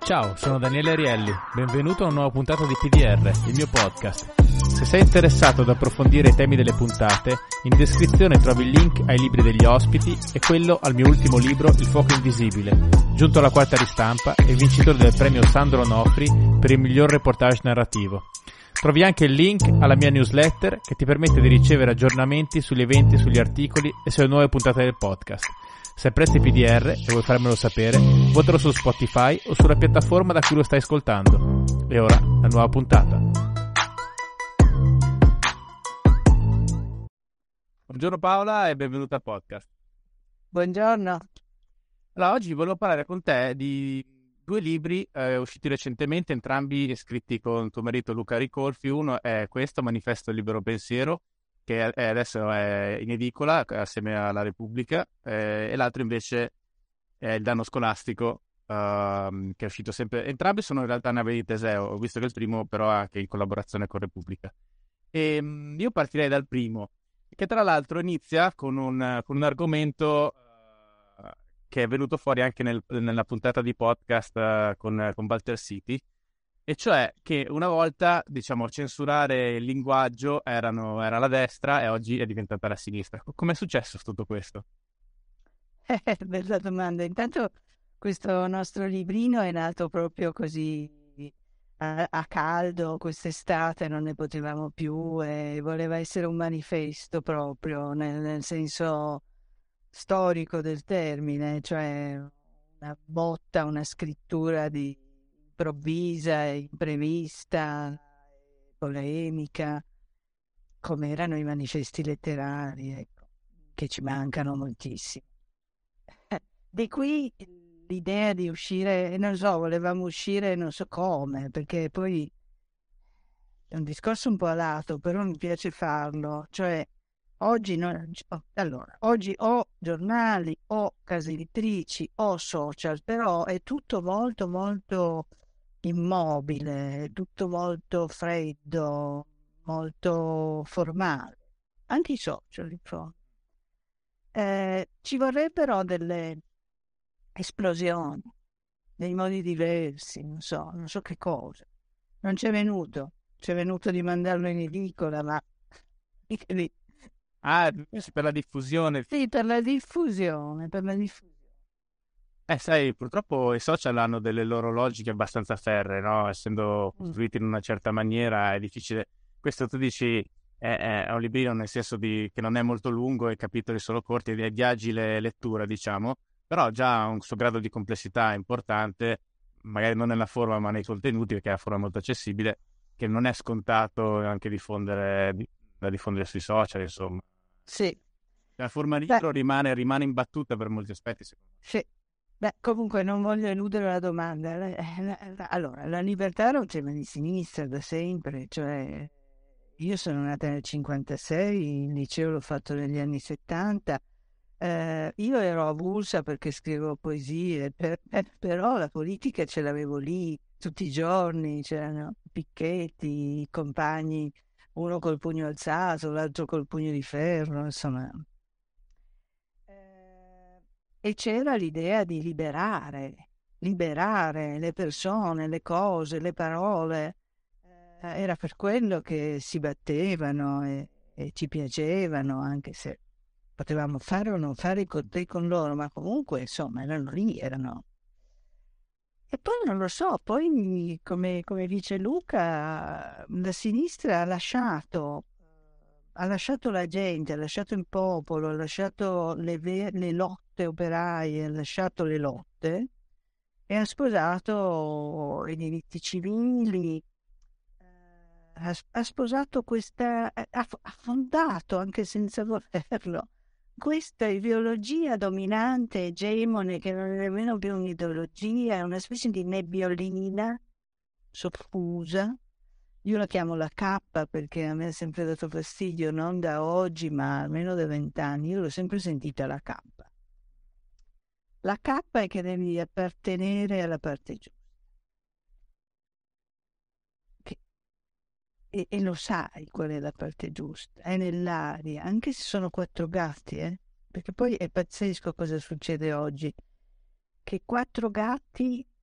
Ciao, sono Daniele Arielli, benvenuto a una nuova puntata di PDR, il mio podcast. Se sei interessato ad approfondire i temi delle puntate, in descrizione trovi il link ai libri degli ospiti e quello al mio ultimo libro Il fuoco invisibile, giunto alla quarta ristampa e vincitore del premio Sandro Onofri per il miglior reportage narrativo. Trovi anche il link alla mia newsletter che ti permette di ricevere aggiornamenti sugli eventi, sugli articoli e sulle nuove puntate del podcast. Se apprezzi PDR e vuoi farmelo sapere, votalo su Spotify o sulla piattaforma da cui lo stai ascoltando. E ora, la nuova puntata. Buongiorno Paola e benvenuta al podcast. Buongiorno. Allora, oggi volevo parlare con te di due libri usciti recentemente, entrambi scritti con tuo marito Luca Ricolfi. Uno è questo, Manifesto del Libero Pensiero, che adesso è in edicola assieme alla Repubblica, e l'altro invece è Il danno scolastico, che è uscito sempre. Entrambi sono in realtà navi di Teseo, ho visto che il primo però è anche in collaborazione con Repubblica. E io partirei dal primo, che tra l'altro inizia con un argomento che è venuto fuori anche nella puntata di podcast con Walter City, e cioè che una volta, diciamo, censurare il linguaggio era la destra e oggi è diventata la sinistra. Com'è successo tutto questo? Bella domanda. Intanto questo nostro librino è nato proprio così a caldo quest'estate, non ne potevamo più e voleva essere un manifesto proprio nel senso storico del termine, cioè una botta, una scrittura di improvvisa, imprevista, polemica, come erano i manifesti letterari, ecco, che ci mancano moltissimo. Di qui l'idea di uscire, non so, volevamo uscire non so come, perché poi è un discorso un po' a lato, però mi piace farlo, cioè oggi, oggi ho giornali, ho case editrici, ho social, però è tutto molto molto immobile, è tutto molto freddo, molto formale, anche i social in fondo. Ci vorrebbero delle esplosioni, dei modi diversi, non so che cosa. Non c'è venuto di mandarlo in edicola, ma lì. Ah, per la diffusione. Sì, per la diffusione. Sai, purtroppo i social hanno delle loro logiche abbastanza ferree, no? Essendo costruiti in una certa maniera è difficile. Questo tu dici è un librino nel senso che non è molto lungo, i capitoli sono corti ed è di agile lettura, diciamo, però già ha un suo grado di complessità importante, magari non nella forma ma nei contenuti, perché è una forma molto accessibile, che non è scontato anche da diffondere sui social, insomma. Sì. La forma libro rimane imbattuta per molti aspetti, secondo me. Sì. Beh, comunque non voglio eludere la domanda. Allora, la libertà era un tema di sinistra da sempre, cioè io sono nata nel 56, il liceo l'ho fatto negli anni 70, io ero avulsa perché scrivevo poesie, però la politica ce l'avevo lì tutti i giorni, c'erano picchetti, i compagni, uno col pugno alzato, l'altro col pugno di ferro, insomma. E c'era l'idea di liberare le persone, le cose, le parole. Era per quello che si battevano e ci piacevano, anche se potevamo fare o non fare i contatti con loro, ma comunque, insomma, erano lì, erano. E poi non lo so, poi come dice Luca, la sinistra ha lasciato la gente, ha lasciato il popolo, ha lasciato le lotte operaie, ha lasciato le lotte e ha sposato i diritti civili, ha sposato ha fondato, anche senza volerlo, questa ideologia dominante, egemone, che non è nemmeno più un'ideologia, è una specie di nebbiolina soffusa. Io la chiamo la K perché a me ha sempre dato fastidio, non da oggi, ma almeno da 20 anni. Io l'ho sempre sentita la K. La K è che devi appartenere alla parte giusta. E lo sai qual è la parte giusta, è nell'aria, anche se sono quattro gatti, perché poi è pazzesco cosa succede oggi, che quattro gatti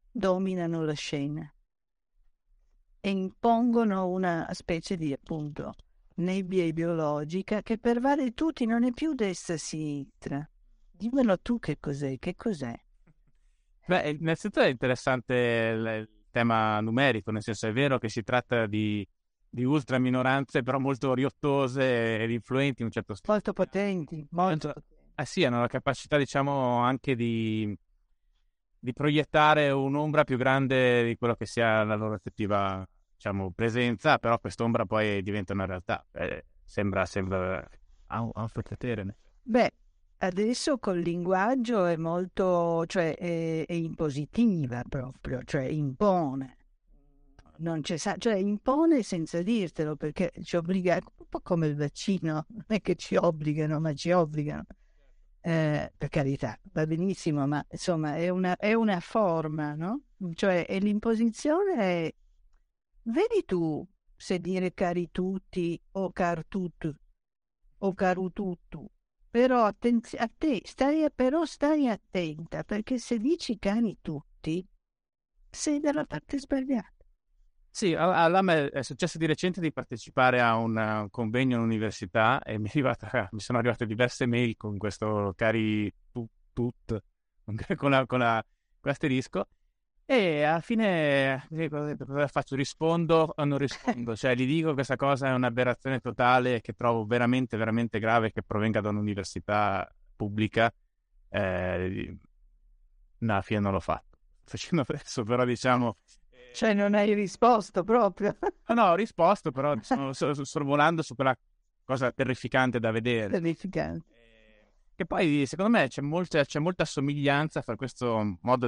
dominano la scena e impongono una specie di, appunto, nebbia ideologica che per vari tutti non è più destra-sinistra. Dimmelo tu che cos'è, che cos'è? Beh, innanzitutto è interessante il tema numerico, nel senso è vero che si tratta di ultra minoranze, però molto riottose ed influenti in un certo senso. Molto potenti, molto potenti. Sì, hanno la capacità, diciamo, anche di proiettare un'ombra più grande di quello che sia la loro effettiva, diciamo, presenza, però quest'ombra poi diventa una realtà. Sembra ha un suo potere. Beh, adesso col linguaggio è molto, cioè è impositiva proprio, cioè impone. Non c'è, cioè impone senza dirtelo perché ci obbliga, è un po' come il vaccino, non è che ci obbligano, ma ci obbligano. Per carità, va benissimo, ma insomma è una forma, no? Cioè è l'imposizione è, vedi tu se dire cari tutti o car tutto o caro tutto, però però stai attenta perché se dici cani tutti sei dalla parte sbagliata. Sì, a me è successo di recente di partecipare a un convegno all'università e mi sono arrivate diverse mail con questo cari tut, con l'asterisco, e alla fine cosa faccio? Rispondo o non rispondo? Cioè gli dico questa cosa è un'aberrazione totale che trovo veramente, veramente grave che provenga da un'università pubblica. Eh, no, alla fine non l'ho fatto. Sto facendo adesso, però diciamo... Cioè non hai risposto proprio. No, ho risposto, però sto sorvolando su quella cosa terrificante da vedere. Terrificante. Che poi, secondo me, c'è molta somiglianza fra questo modo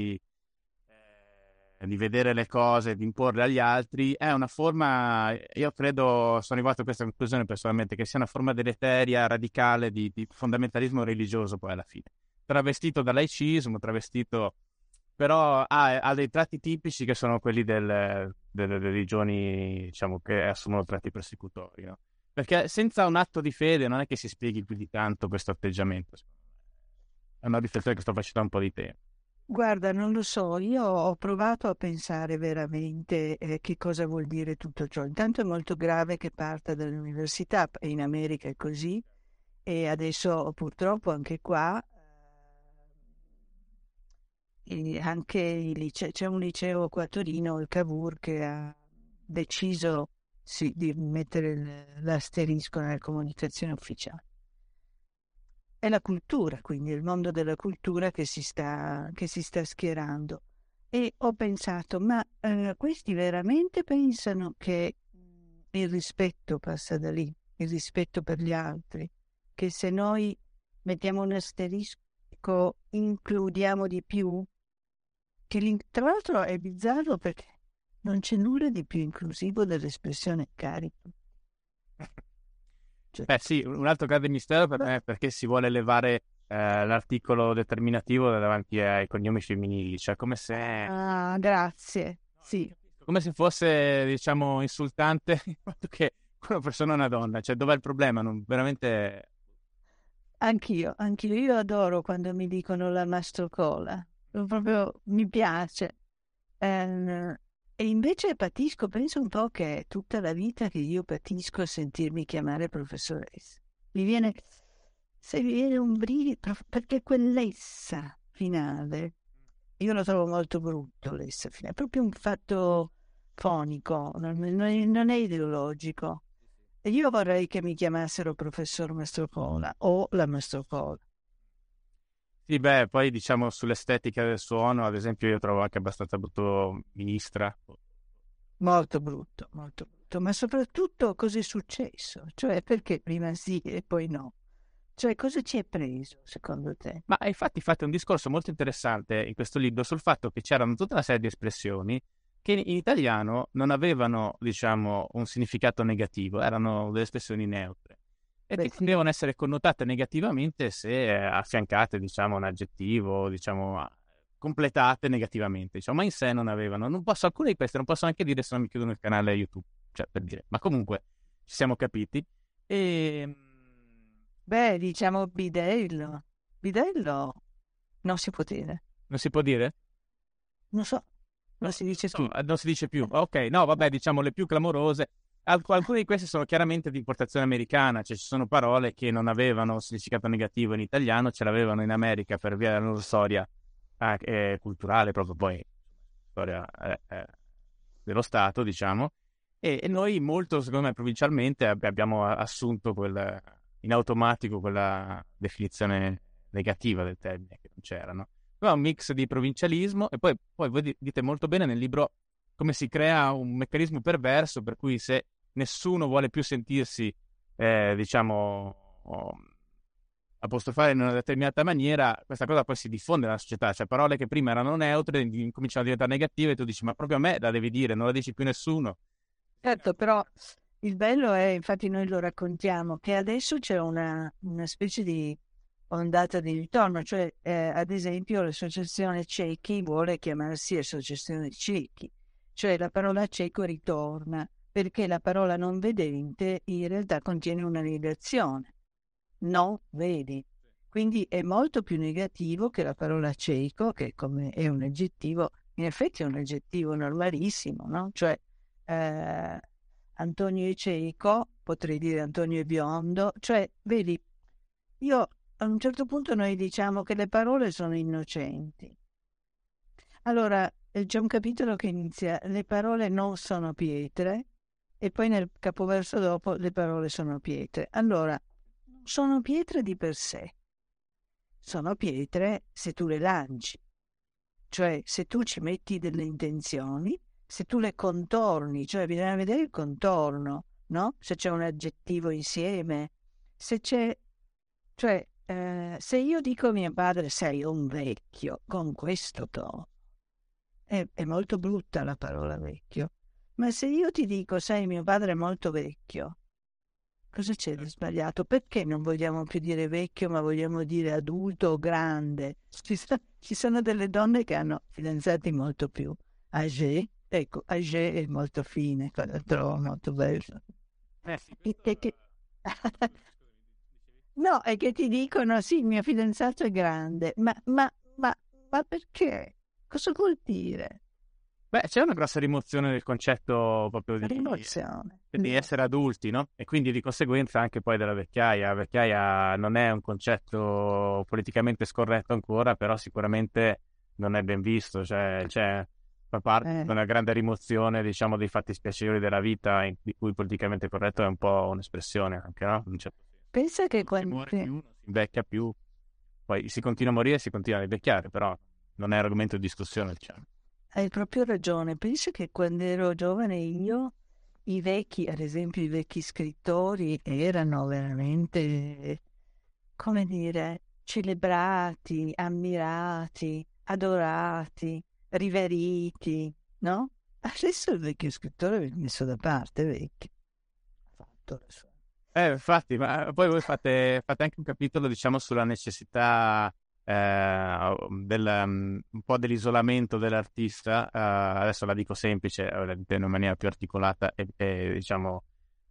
di vedere le cose, di imporle agli altri. È una forma, io credo, sono arrivato a questa conclusione personalmente, che sia una forma deleteria, radicale di fondamentalismo religioso, poi alla fine. Travestito da laicismo, travestito però ha dei tratti tipici che sono quelli delle religioni, diciamo, che assumono tratti persecutori, no? Perché senza un atto di fede non è che si spieghi più di tanto questo atteggiamento. È una riflessione che sto facendo da un po' di tempo. Guarda, non lo so, io ho provato a pensare veramente che cosa vuol dire tutto ciò. Intanto è molto grave che parta dall'università, e in America è così, e adesso purtroppo anche qua, e anche c'è un liceo qua a Torino, il Cavour, che ha deciso sì, di mettere l'asterisco nella comunicazione ufficiale. È la cultura, quindi il mondo della cultura che si sta schierando. E ho pensato, ma questi veramente pensano che il rispetto passa da lì, il rispetto per gli altri, che se noi mettiamo un asterisco includiamo di più? Tra l'altro è bizzarro perché non c'è nulla di più inclusivo dell'espressione carico. Cioè, Beh, sì, un altro grande mistero per me è perché si vuole elevare l'articolo determinativo davanti ai cognomi femminili, cioè ah, grazie. Sì, come se fosse, diciamo, insultante il fatto che una persona è una donna, cioè dov'è il problema? Veramente... anch'io. Io adoro quando mi dicono la mastrocola. Proprio mi piace. E invece patisco, penso un po' che è tutta la vita che io patisco a sentirmi chiamare professoressa. Mi viene, se mi viene un brivido, perché quell'essa finale, io lo trovo molto brutto, l'essa finale, è proprio un fatto fonico, non è ideologico. E io vorrei che mi chiamassero professor Mastrocola o la Mastrocola. Sì, beh, poi diciamo sull'estetica del suono, ad esempio io trovo anche abbastanza brutto ministra. Molto brutto, ma soprattutto cosa è successo? Cioè perché prima sì e poi no? Cioè cosa ci è preso secondo te? Ma infatti fate un discorso molto interessante in questo libro sul fatto che c'erano tutta una serie di espressioni che in italiano non avevano, diciamo, un significato negativo, erano delle espressioni neutre e Beh che sì, potevano essere connotate negativamente se affiancate, diciamo, un aggettivo, diciamo, completate negativamente, diciamo, ma in sé non avevano. Non posso, alcune di queste non posso neanche dire se non mi chiudono il canale YouTube, cioè per dire, ma comunque ci siamo capiti. E beh diciamo bidello, bidello non si può dire. non si può dire? Non so, non si dice più. Non si dice più. Ok, no, vabbè, diciamo le più clamorose. Alcune di queste sono chiaramente di importazione americana, cioè ci sono parole che non avevano significato negativo in italiano, ce l'avevano in America per via della loro storia culturale, proprio poi storia dello Stato, diciamo. E noi molto, secondo me, provincialmente abbiamo assunto in automatico quella definizione negativa del termine che non c'era, no? È un mix di provincialismo e poi voi dite molto bene nel libro come si crea un meccanismo perverso per cui se nessuno vuole più sentirsi, diciamo, apostrofare in una determinata maniera, questa cosa poi si diffonde nella società, cioè parole che prima erano neutre cominciano a diventare negative e tu dici ma proprio a me la devi dire, non la dici più nessuno. Certo, però il bello è, infatti noi lo raccontiamo, che adesso c'è una specie di ondata di ritorno, cioè ad esempio l'associazione Ciechi vuole chiamarsi associazione Ciechi, cioè la parola cieco ritorna perché la parola non vedente in realtà contiene una negazione, non vedi. Quindi è molto più negativo che la parola cieco, che come è un aggettivo, in effetti è un aggettivo normalissimo, no? Cioè Antonio è cieco, potrei dire Antonio è biondo, cioè vedi, io a un certo punto noi diciamo che le parole sono innocenti. Allora, c'è un capitolo che inizia, le parole non sono pietre, e poi nel capoverso dopo le parole sono pietre. Allora, sono pietre di per sé, sono pietre se tu le lanci, cioè se tu ci metti delle intenzioni, se tu le contorni, cioè bisogna vedere il contorno, no? Se c'è un aggettivo insieme, se c'è, cioè se io dico a mio padre sei un vecchio con questo tono, è molto brutta la parola vecchio, ma se io ti dico sai mio padre è molto vecchio, cosa c'è di sbagliato? Perché non vogliamo più dire vecchio, ma vogliamo dire adulto o grande? Ci sono delle donne che hanno fidanzati molto più âgé. Ecco, âgé è molto fine, la trovo molto bella. Sì, E- questo... e che- No, è che ti dicono sì, il mio fidanzato è grande, ma perché? Cosa vuol dire? Beh, c'è una grossa rimozione del concetto proprio Rimozione. di essere adulti, no? E quindi di conseguenza anche poi della vecchiaia. La vecchiaia non è un concetto politicamente scorretto ancora, però sicuramente non è ben visto, cioè fa parte di una grande rimozione, diciamo, dei fatti spiacevoli della vita, di cui politicamente corretto è un po' un'espressione anche, no? In un certo senso. Pensa che Non si quando... muore più, non si invecchia più, poi si continua a morire e si continua a invecchiare, però non è argomento di discussione, diciamo. Hai proprio ragione. Penso che quando ero giovane io, i vecchi, ad esempio i vecchi scrittori, erano veramente, come dire, celebrati, ammirati, adorati, riveriti, no? Adesso il vecchio scrittore viene messo da parte, vecchio. Ha fatto la sua. Infatti, ma poi voi fate anche un capitolo, diciamo, sulla necessità un po' dell'isolamento dell'artista. Adesso la dico semplice, la intendo in maniera più articolata e diciamo,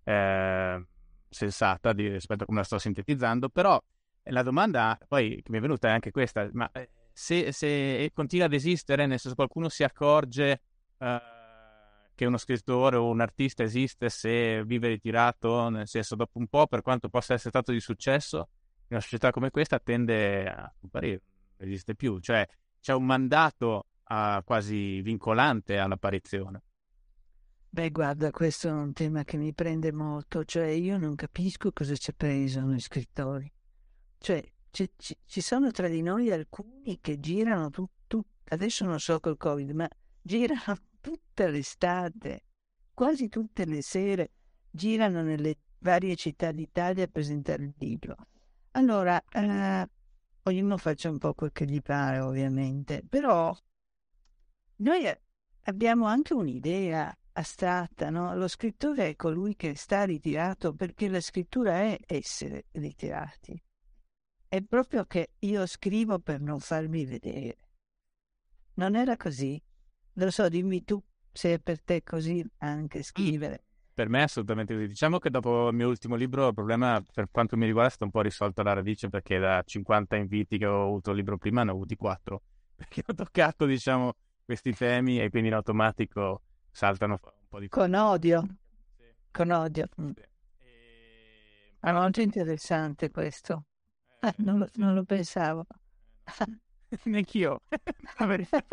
sensata rispetto a come la sto sintetizzando, però la domanda poi che mi è venuta è anche questa, ma se continua ad esistere, nel senso qualcuno si accorge che uno scrittore o un artista esiste se vive ritirato, nel senso dopo un po', per quanto possa essere stato di successo, in una società come questa tende a scomparire, non esiste più, cioè c'è un mandato quasi vincolante all'apparizione. Beh, guarda, questo è un tema che mi prende molto, cioè io non capisco cosa ci ha preso noi scrittori. Cioè, ci sono tra di noi alcuni che girano adesso non so col Covid, ma girano tutta l'estate, quasi tutte le sere, girano nelle varie città d'Italia a presentare il libro. Allora, ognuno faccia un po' quel che gli pare, ovviamente, però noi abbiamo anche un'idea astratta, no? Lo scrittore è colui che sta ritirato perché la scrittura è essere ritirati. È proprio che io scrivo per non farmi vedere. Non era così? Lo so, dimmi tu se è per te così anche scrivere. Per me è assolutamente così. Diciamo che dopo il mio ultimo libro il problema per quanto mi riguarda è stato un po' risolto alla radice perché da 50 inviti che ho avuto il libro prima ne ho avuti 4 perché ho toccato diciamo questi temi e quindi in automatico saltano un po' di cose. Con odio, Sì, con odio. sì. È molto interessante questo. Sì. Non lo pensavo. Neanch'io, la verità.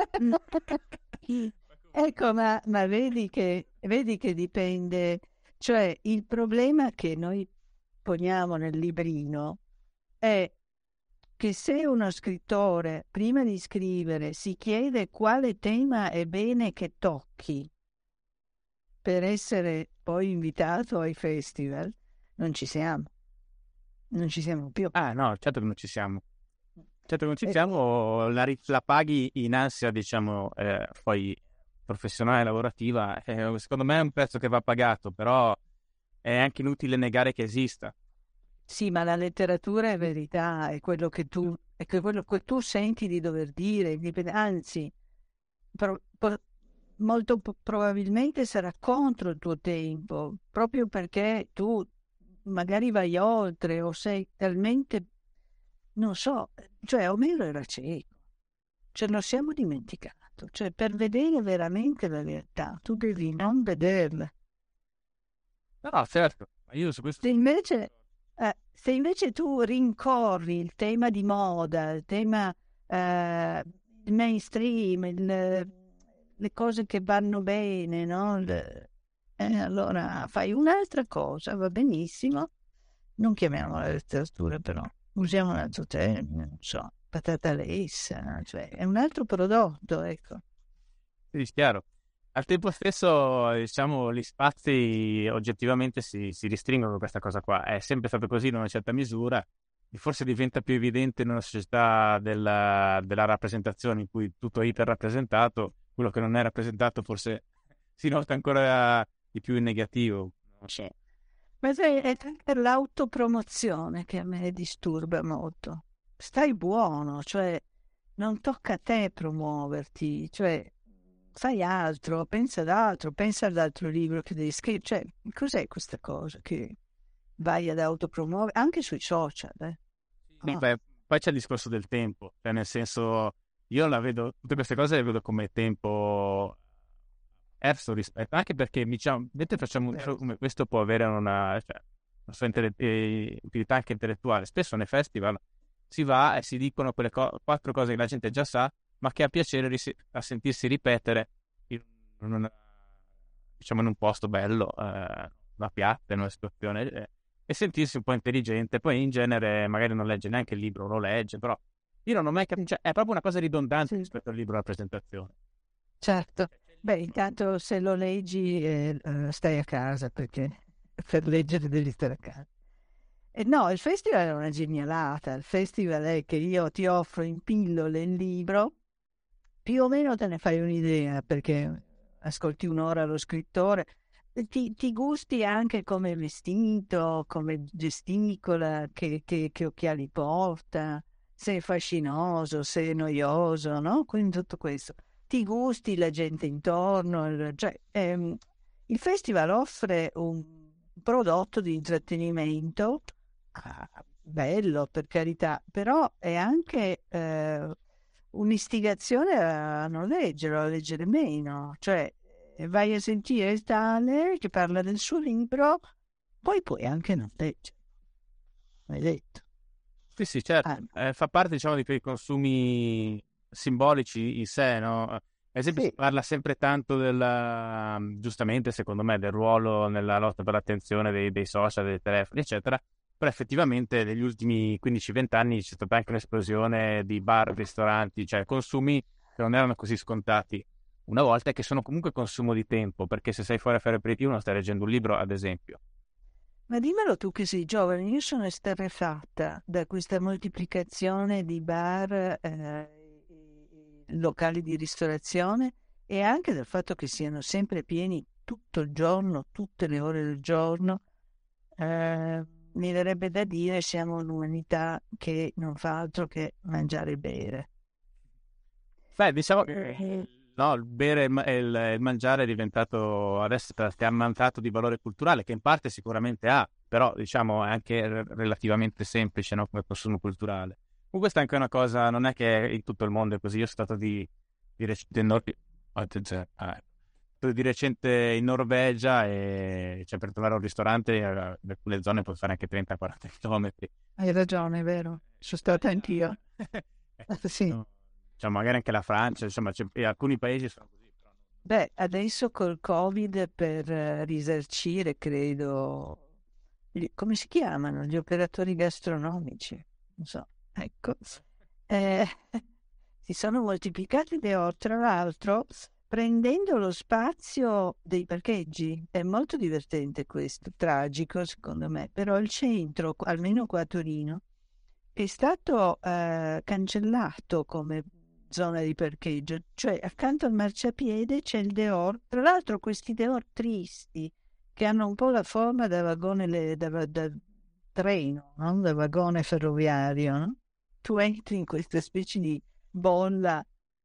Ecco, ma vedi che dipende, cioè il problema che noi poniamo nel librino è che se uno scrittore prima di scrivere si chiede quale tema è bene che tocchi per essere poi invitato ai festival, non ci siamo, non ci siamo più. Ah no, certo che non ci siamo. Certo che non ci E- siamo, la paghi in ansia, diciamo, poi professionale, lavorativa. Secondo me è un prezzo che va pagato, però è anche inutile negare che esista. Sì, ma la letteratura è verità, è quello che tu senti di dover dire, anzi, probabilmente sarà contro il tuo tempo, proprio perché tu magari vai oltre o sei talmente, non so, cioè Omero era cieco, ce lo siamo dimenticato, cioè per vedere veramente la realtà tu devi non vederla. No, certo, ma io su questo Se sono invece, d'accordo. se invece tu rincorri il tema di moda, il tema il mainstream, le cose che vanno bene, no? Allora fai un'altra cosa, va benissimo, non chiamiamola letteratura però, usiamo un altro termine, non so, patata lessa, cioè è un altro prodotto, ecco. Sì, chiaro. Al tempo stesso, diciamo, gli spazi oggettivamente si restringono con questa cosa qua. È sempre stato così in una certa misura e forse diventa più evidente in una società della rappresentazione in cui tutto è iperrappresentato, quello che non è rappresentato forse si nota ancora di più in negativo. Non so. Ma sai, è per l'autopromozione che a me disturba molto. Stai buono, cioè non tocca a te promuoverti, cioè fai altro, pensa ad altro libro che devi scrivere. Cioè, cos'è questa cosa che vai ad autopromuovere? Anche sui social, eh? Sì, Ah, beh, poi c'è il discorso del tempo, cioè nel senso, io la vedo, tutte queste cose le vedo come tempo perso rispetto, anche perché diciamo, mentre facciamo un show come questo può avere cioè, una sua utilità anche intellettuale. Spesso nei festival si va e si dicono quelle quattro cose che la gente già sa, ma che ha piacere a sentirsi ripetere in diciamo in un posto bello, una piazza, in una situazione, e sentirsi un po' intelligente. Poi in genere magari non legge neanche il libro, lo legge, però io non ho mai capito, sì, cioè, è proprio una cosa ridondante sì, rispetto al libro alla presentazione. certo. C'è il Beh, libro. intanto se lo leggi stai a casa perché per leggere devi stare a casa. No, il festival è una genialata. Il festival è che io ti offro in pillole il libro, più o meno te ne fai un'idea perché ascolti un'ora lo scrittore, e ti gusti anche come è vestito, come gesticola, che occhiali porta, se è fascinoso, se è noioso, no? Quindi tutto questo. Ti gusti la gente intorno, cioè, il festival offre un prodotto di intrattenimento. Ah, bello, per carità, però è anche un'istigazione a non leggerlo, a leggere meno. Cioè, vai a sentire il tale che parla del suo libro, poi puoi anche non leggere, hai detto. Sì, sì, Ah, certo. Fa parte, diciamo, di quei consumi simbolici in sé, no? Ad esempio, si sì, parla sempre tanto giustamente, secondo me, del ruolo nella lotta per l'attenzione dei social, dei telefoni, eccetera. Però effettivamente negli ultimi 15-20 anni c'è stata anche un'esplosione di bar, ristoranti, cioè consumi che non erano così scontati una volta e che sono comunque consumo di tempo, perché se sei fuori a fare aperitivo non stai leggendo un libro, ad esempio. ma dimmelo tu che sei giovane, io sono esterrefatta da questa moltiplicazione di bar, locali di ristorazione e anche dal fatto che siano sempre pieni tutto il giorno, tutte le ore del giorno. Mi verrebbe da dire siamo un'umanità che non fa altro che mangiare e bere. Beh, diciamo che Eh, no, il bere e il mangiare è diventato adesso è ammantato di valore culturale, che in parte sicuramente ha, però diciamo è anche relativamente semplice, no, come consumo culturale. Comunque questa è anche una cosa, non è che in tutto il mondo è così. Io sono stato di recente Attenzione. Di recente in Norvegia e cioè, per trovare un ristorante in alcune zone puoi fare anche 30-40 km. Hai ragione, è vero. Sono stata anch'io. Sì. No, cioè, magari anche la Francia, insomma, e alcuni paesi sono così. Però Beh, adesso col Covid per risarcire, credo, come si chiamano? Gli operatori gastronomici? Non so, ecco. Eh, si sono moltiplicati tra l'altro prendendo lo spazio dei parcheggi. È molto divertente questo, tragico secondo me, però il centro, almeno qua a Torino, è stato cancellato come zona di parcheggio, cioè accanto al marciapiede c'è il Deor, tra l'altro questi Deor tristi che hanno un po' la forma da vagone, da treno, no? Da vagone ferroviario, no? Tu entri in questa specie di bolla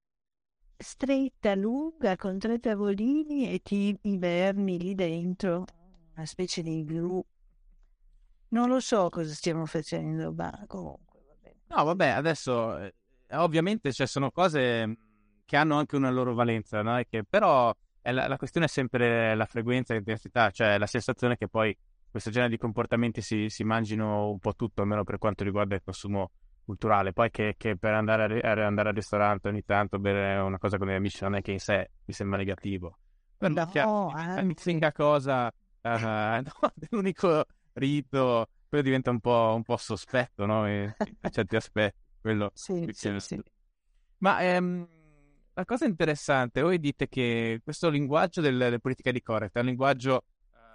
stretta, lunga, con tre tavolini e ti iberni lì dentro, una specie di gru. Non lo so cosa stiamo facendo, ma comunque va bene no, così. vabbè, adesso ovviamente cioè, sono cose che hanno anche una loro valenza, no? E che, però la questione è sempre la frequenza e l'intensità, cioè la sensazione che poi questo genere di comportamenti si mangino un po' tutto, almeno per quanto riguarda il consumo culturale. Poi che per andare, andare al ristorante ogni tanto bere una cosa con gli amici non è che in sé mi sembra negativo. Però chiaro, No, anzi. l'unica cosa, no, l'unico rito, quello diventa un po' sospetto, no? Per certi aspetti, quello Sì, più sì, che sì. altro. Ma la cosa interessante, voi dite che questo linguaggio del politically correct è un linguaggio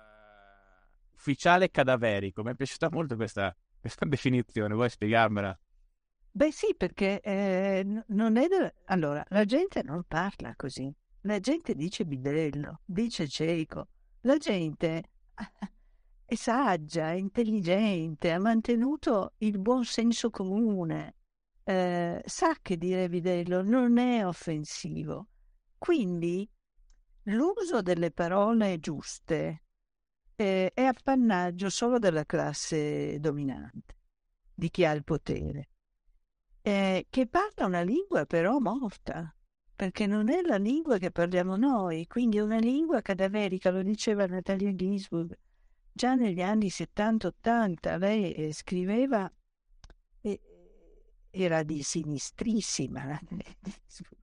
ufficiale cadaverico. Mi è piaciuta molto questa definizione, vuoi spiegarmela? Beh sì, perché non è allora, la gente non parla così. La gente dice bidello, dice cieco. La gente è saggia, è intelligente, ha mantenuto il buon senso comune. Sa che dire bidello non è offensivo. Quindi l'uso delle parole giuste è appannaggio solo della classe dominante, di chi ha il potere, che parla una lingua però morta, perché non è la lingua che parliamo noi, quindi è una lingua cadaverica, lo diceva Natalia Ginzburg già negli anni 70-80. Lei scriveva, e era di sinistrissima, Natalia Ginzburg,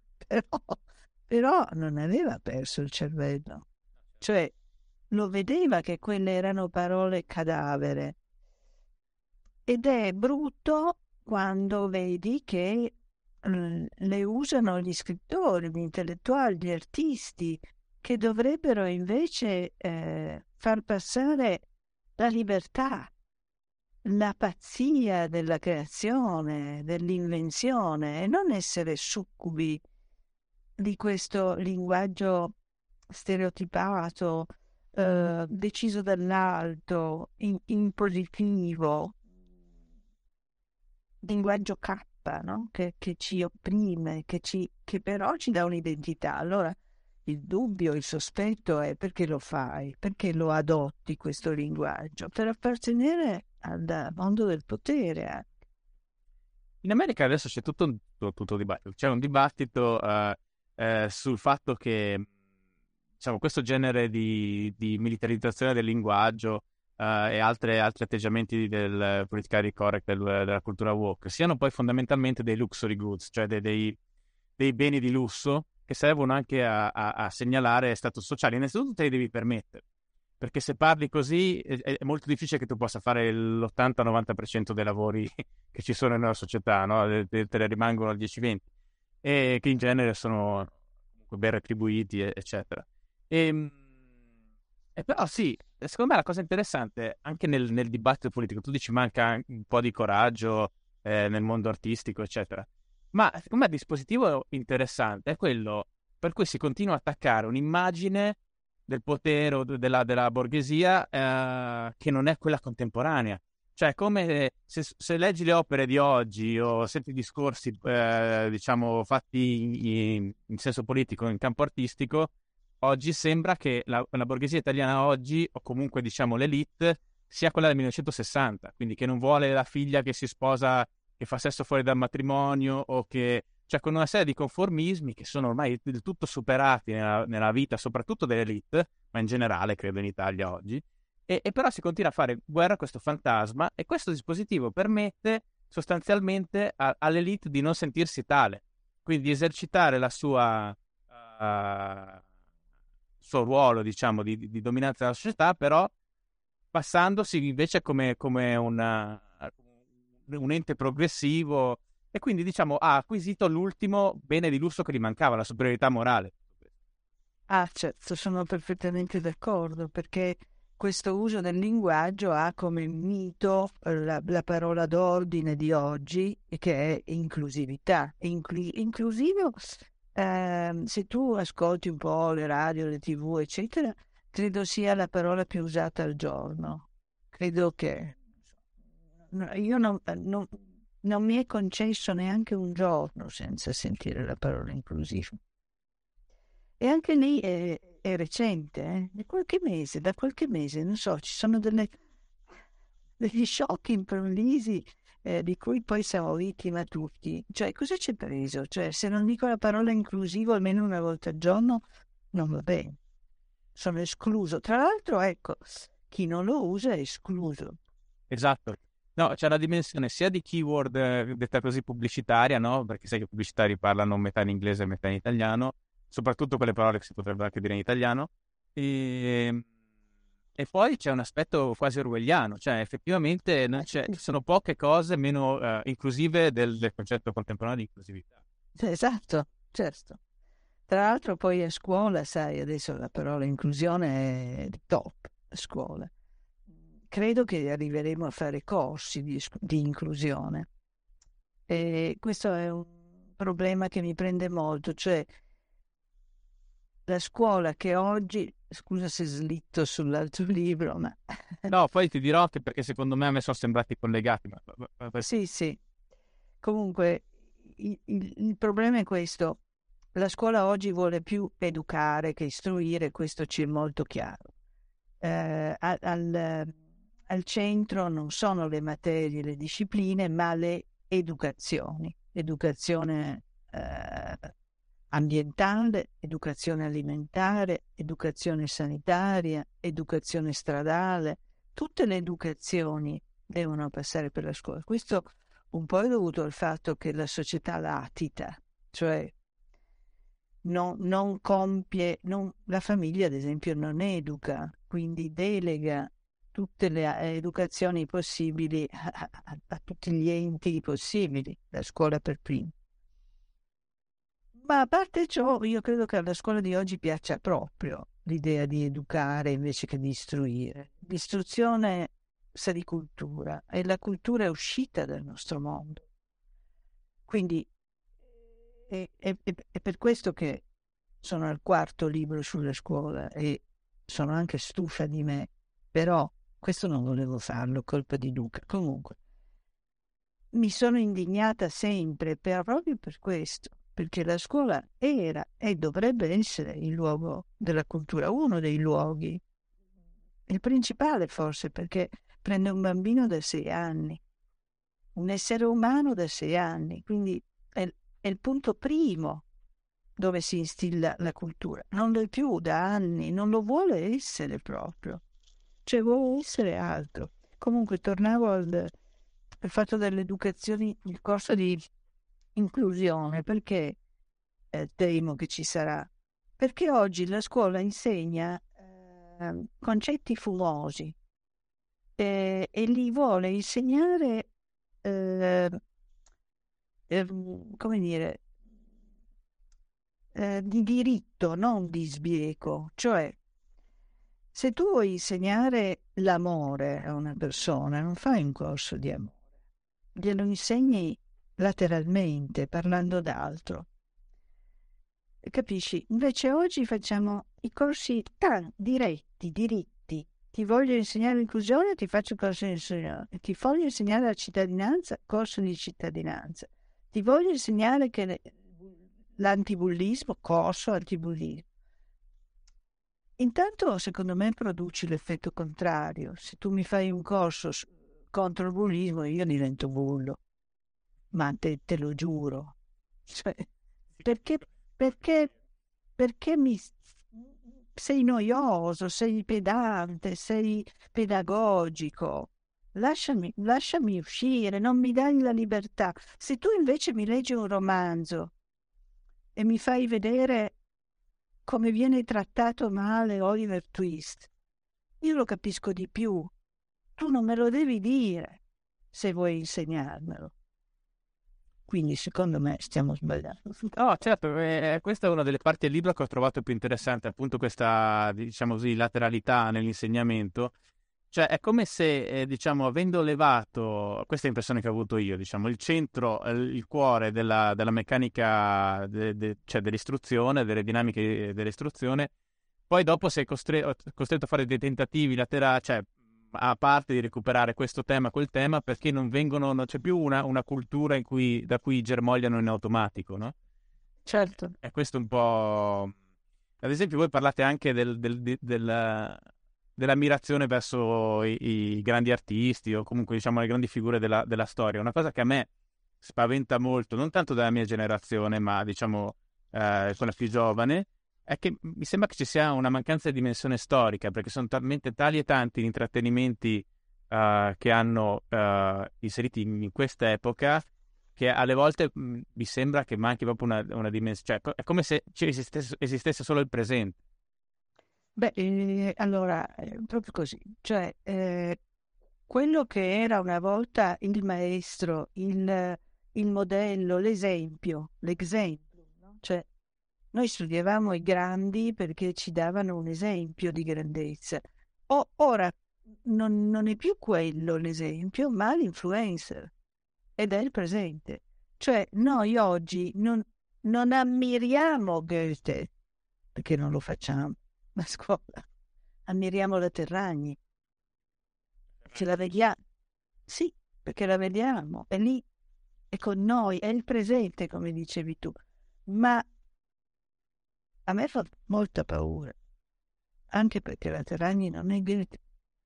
però non aveva perso il cervello, cioè lo vedeva che quelle erano parole cadavere. Ed è brutto quando vedi che le usano gli scrittori, gli intellettuali, gli artisti, che dovrebbero invece far passare la libertà, la pazzia della creazione, dell'invenzione e non essere succubi di questo linguaggio stereotipato, deciso dall'alto, impositivo, linguaggio K, no? Che ci opprime, che però ci dà un'identità. Allora il dubbio, il sospetto è perché lo fai, perché lo adotti questo linguaggio, per appartenere al mondo del potere. In America adesso c'è tutto un dibattito. C'è un dibattito sul fatto che diciamo, questo genere di militarizzazione del linguaggio e altri atteggiamenti del politically correct, della cultura woke, siano poi fondamentalmente dei luxury goods, cioè dei beni di lusso che servono anche a segnalare status sociale. Innanzitutto te li devi permettere, perché se parli così è molto difficile che tu possa fare l'80-90% dei lavori che ci sono nella società, no? Te ne rimangono il 10-20 e che in genere sono comunque ben retribuiti, eccetera. E, e però sì, secondo me la cosa interessante anche nel dibattito politico, tu dici manca un po' di coraggio nel mondo artistico, eccetera. Ma secondo me il dispositivo interessante è quello per cui si continua a attaccare un'immagine del potere o della borghesia che non è quella contemporanea. Cioè, come se leggi le opere di oggi o senti discorsi, diciamo, fatti in senso politico, in campo artistico, oggi sembra che la borghesia italiana oggi, o comunque, diciamo, l'elite, sia quella del 1960, quindi che non vuole la figlia che si sposa, che fa sesso fuori dal matrimonio o che cioè con una serie di conformismi che sono ormai del tutto superati nella vita, soprattutto dell'elite, ma in generale credo in Italia oggi, e però si continua a fare guerra a questo fantasma, e questo dispositivo permette sostanzialmente all'elite di non sentirsi tale, quindi di esercitare suo ruolo, diciamo, di dominanza della società, però passandosi invece come un ente progressivo, e quindi, diciamo, ha acquisito l'ultimo bene di lusso che gli mancava, la superiorità morale. Ah, certo, sono perfettamente d'accordo, perché questo uso del linguaggio ha come mito la parola d'ordine di oggi, che è inclusività. Inclusivo, se tu ascolti un po' le radio, le TV, eccetera, credo sia la parola più usata al giorno. Credo che io non mi è concesso neanche un giorno senza sentire la parola inclusivo. E anche lì è recente, da qualche mese, non so, ci sono degli shock improvvisi di cui poi siamo vittima tutti. Cioè, cosa c'è preso? Cioè, se non dico la parola inclusivo almeno una volta al giorno, non va bene. Sono escluso. Tra l'altro, ecco, chi non lo usa è escluso. Esatto. No, c'è la dimensione sia di keyword, detta così, pubblicitaria, no? Perché sai che i pubblicitari parlano metà in inglese e metà in italiano, soprattutto quelle parole che si potrebbero anche dire in italiano. E poi c'è un aspetto quasi orwelliano, cioè effettivamente ci sono poche cose meno inclusive del concetto contemporaneo di inclusività. Esatto, certo. Tra l'altro poi a scuola, sai, adesso la parola inclusione è top a scuola. Credo che arriveremo a fare corsi di inclusione. E questo è un problema che mi prende molto, cioè la scuola che oggi, scusa se slitto sull'altro libro, ma No, poi ti dirò che perché secondo me a me sono sembrati collegati. sì, sì. Comunque il problema è questo. La scuola oggi vuole più educare che istruire, questo ci è molto chiaro. Al centro non sono le materie, le discipline, ma le educazioni. Educazione ambientale, educazione alimentare, educazione sanitaria, educazione stradale. Tutte le educazioni devono passare per la scuola. Questo un po' è dovuto al fatto che la società latita, cioè non compie, la famiglia ad esempio non educa, quindi delega tutte le educazioni possibili a tutti gli enti possibili, la scuola per prima. Ma a parte ciò, io credo che alla scuola di oggi piaccia proprio l'idea di educare invece che di istruire. L'istruzione sa di cultura e la cultura è uscita dal nostro mondo. Quindi è per questo che sono al quarto libro sulla scuola e sono anche stufa di me, però questo non volevo farlo, colpa di Luca. Comunque, mi sono indignata sempre proprio per questo, perché la scuola era e dovrebbe essere il luogo della cultura, uno dei luoghi, il principale forse, perché prende un bambino da 6 anni, un essere umano da 6 anni, quindi è il punto primo dove si instilla la cultura. Non lo è più da anni, non lo vuole essere proprio, cioè vuole essere altro. Comunque tornavo al fatto dell'educazione, il corso di inclusione, perché temo che ci sarà? Perché oggi la scuola insegna concetti fumosi e li vuole insegnare, come dire, di diritto, non di sbieco. Cioè, se tu vuoi insegnare l'amore a una persona, non fai un corso di amore, glielo insegni lateralmente, parlando d'altro. Capisci? Invece oggi facciamo i corsi diretti, diritti. Ti voglio insegnare l'inclusione, ti faccio corso di inclusione. Ti voglio insegnare la cittadinanza, corso di cittadinanza. Ti voglio insegnare che l'antibullismo, corso antibullismo. Intanto, secondo me, produci l'effetto contrario. Se tu mi fai un corso contro il bullismo, io divento bullo. Ma te lo giuro. Cioè, perché, perché, perché sei noioso, sei pedante, sei pedagogico? Lasciami uscire, non mi dai la libertà. Se tu invece mi leggi un romanzo e mi fai vedere come viene trattato male Oliver Twist, io lo capisco di più. Tu non me lo devi dire se vuoi insegnarmelo. Quindi secondo me stiamo sbagliando. No, certo, questa è una delle parti del libro che ho trovato più interessante, appunto questa, diciamo così, lateralità nell'insegnamento. Cioè, è come se, diciamo, avendo levato, questa è l'impressione che ho avuto io, diciamo, il centro, il cuore della meccanica, cioè dell'istruzione, delle dinamiche dell'istruzione, poi dopo sei costretto a fare dei tentativi laterali, cioè, a parte di recuperare questo tema, quel tema, perché non c'è più una cultura da cui germogliano in automatico, no? Certo. E questo un po'... Ad esempio, voi parlate anche dell'ammirazione verso i grandi artisti o comunque, diciamo, le grandi figure della storia. Una cosa che a me spaventa molto, non tanto dalla mia generazione, ma, diciamo, quella più giovane, è che mi sembra che ci sia una mancanza di dimensione storica, perché sono talmente tali e tanti gli intrattenimenti che hanno inseriti in quest'epoca che alle volte mi sembra che manchi proprio una dimensione, cioè è come se esistesse solo il presente. Beh, allora, proprio così. Cioè, quello che era una volta il maestro, il modello, l'esempio, l'exempio, no? Cioè, noi studiavamo i grandi perché ci davano un esempio di grandezza. Ora non è più quello l'esempio, ma l'influencer ed è il presente. Cioè, noi oggi non ammiriamo Goethe, perché non lo facciamo a scuola, ammiriamo la Terragni, perché la vediamo. Sì, perché la vediamo, è lì, è con noi, è il presente, come dicevi tu. Ma a me fa molta paura, anche perché la Terragni non è Goethe,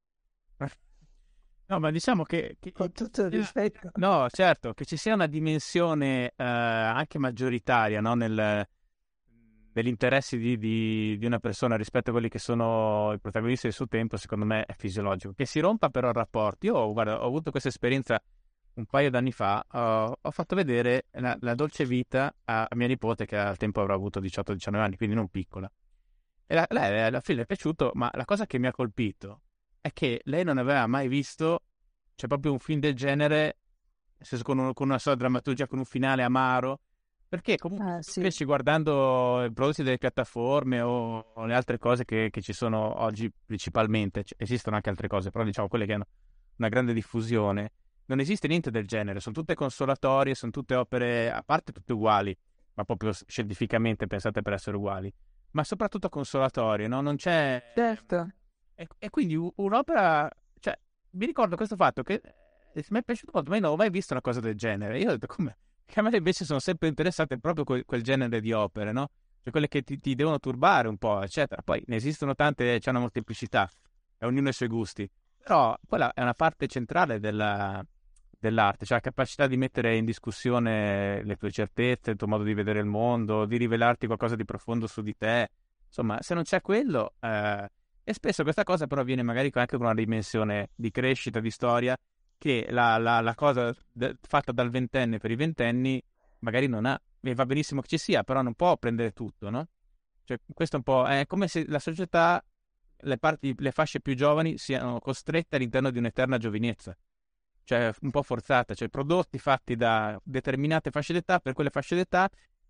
No, ma diciamo con tutto il rispetto. no, certo, che ci sia una dimensione anche maggioritaria, no, negli interessi di una persona rispetto a quelli che sono i protagonisti del suo tempo, secondo me è fisiologico. Che si rompa però il rapporto. Io, guarda, ho avuto questa esperienza un paio d'anni fa, ho fatto vedere la dolce vita a mia nipote, che al tempo avrà avuto 18-19 anni, quindi non piccola. E lei alla fine le è piaciuto, ma la cosa che mi ha colpito è che lei non aveva mai visto, cioè proprio un film del genere, nel senso con una sola drammaturgia, con un finale amaro, perché comunque Ah, se tu sì. cresci guardando i prodotti delle piattaforme o le altre cose che ci sono oggi principalmente, esistono anche altre cose, però diciamo quelle che hanno una grande diffusione, non esiste niente del genere, sono tutte consolatorie, sono tutte opere, a parte tutte uguali, ma proprio scientificamente pensate per essere uguali, ma soprattutto consolatorie, no? Non c'è... Certo. E quindi un'opera... Cioè, mi ricordo questo fatto che mi è piaciuto molto, ma io non ho mai visto una cosa del genere. Io ho detto come... Che a me invece sono sempre interessate proprio quel genere di opere, no? Cioè quelle che ti devono turbare un po', eccetera. Poi ne esistono tante, c'è una molteplicità, e ognuno ha i suoi gusti. Però quella è una parte centrale dell'arte, cioè la capacità di mettere in discussione le tue certezze, il tuo modo di vedere il mondo, di rivelarti qualcosa di profondo su di te. Insomma, se non c'è quello, e spesso questa cosa però viene magari anche con una dimensione di crescita, di storia, che la cosa fatta dal ventenne per i ventenni magari non ha. E va benissimo che ci sia, però non può prendere tutto, no? Cioè, questo è un po'... È come se la società, le fasce più giovani siano costrette all'interno di un'eterna giovinezza, cioè un po' forzata, cioè prodotti fatti da determinate fasce d'età per quelle fasce d'età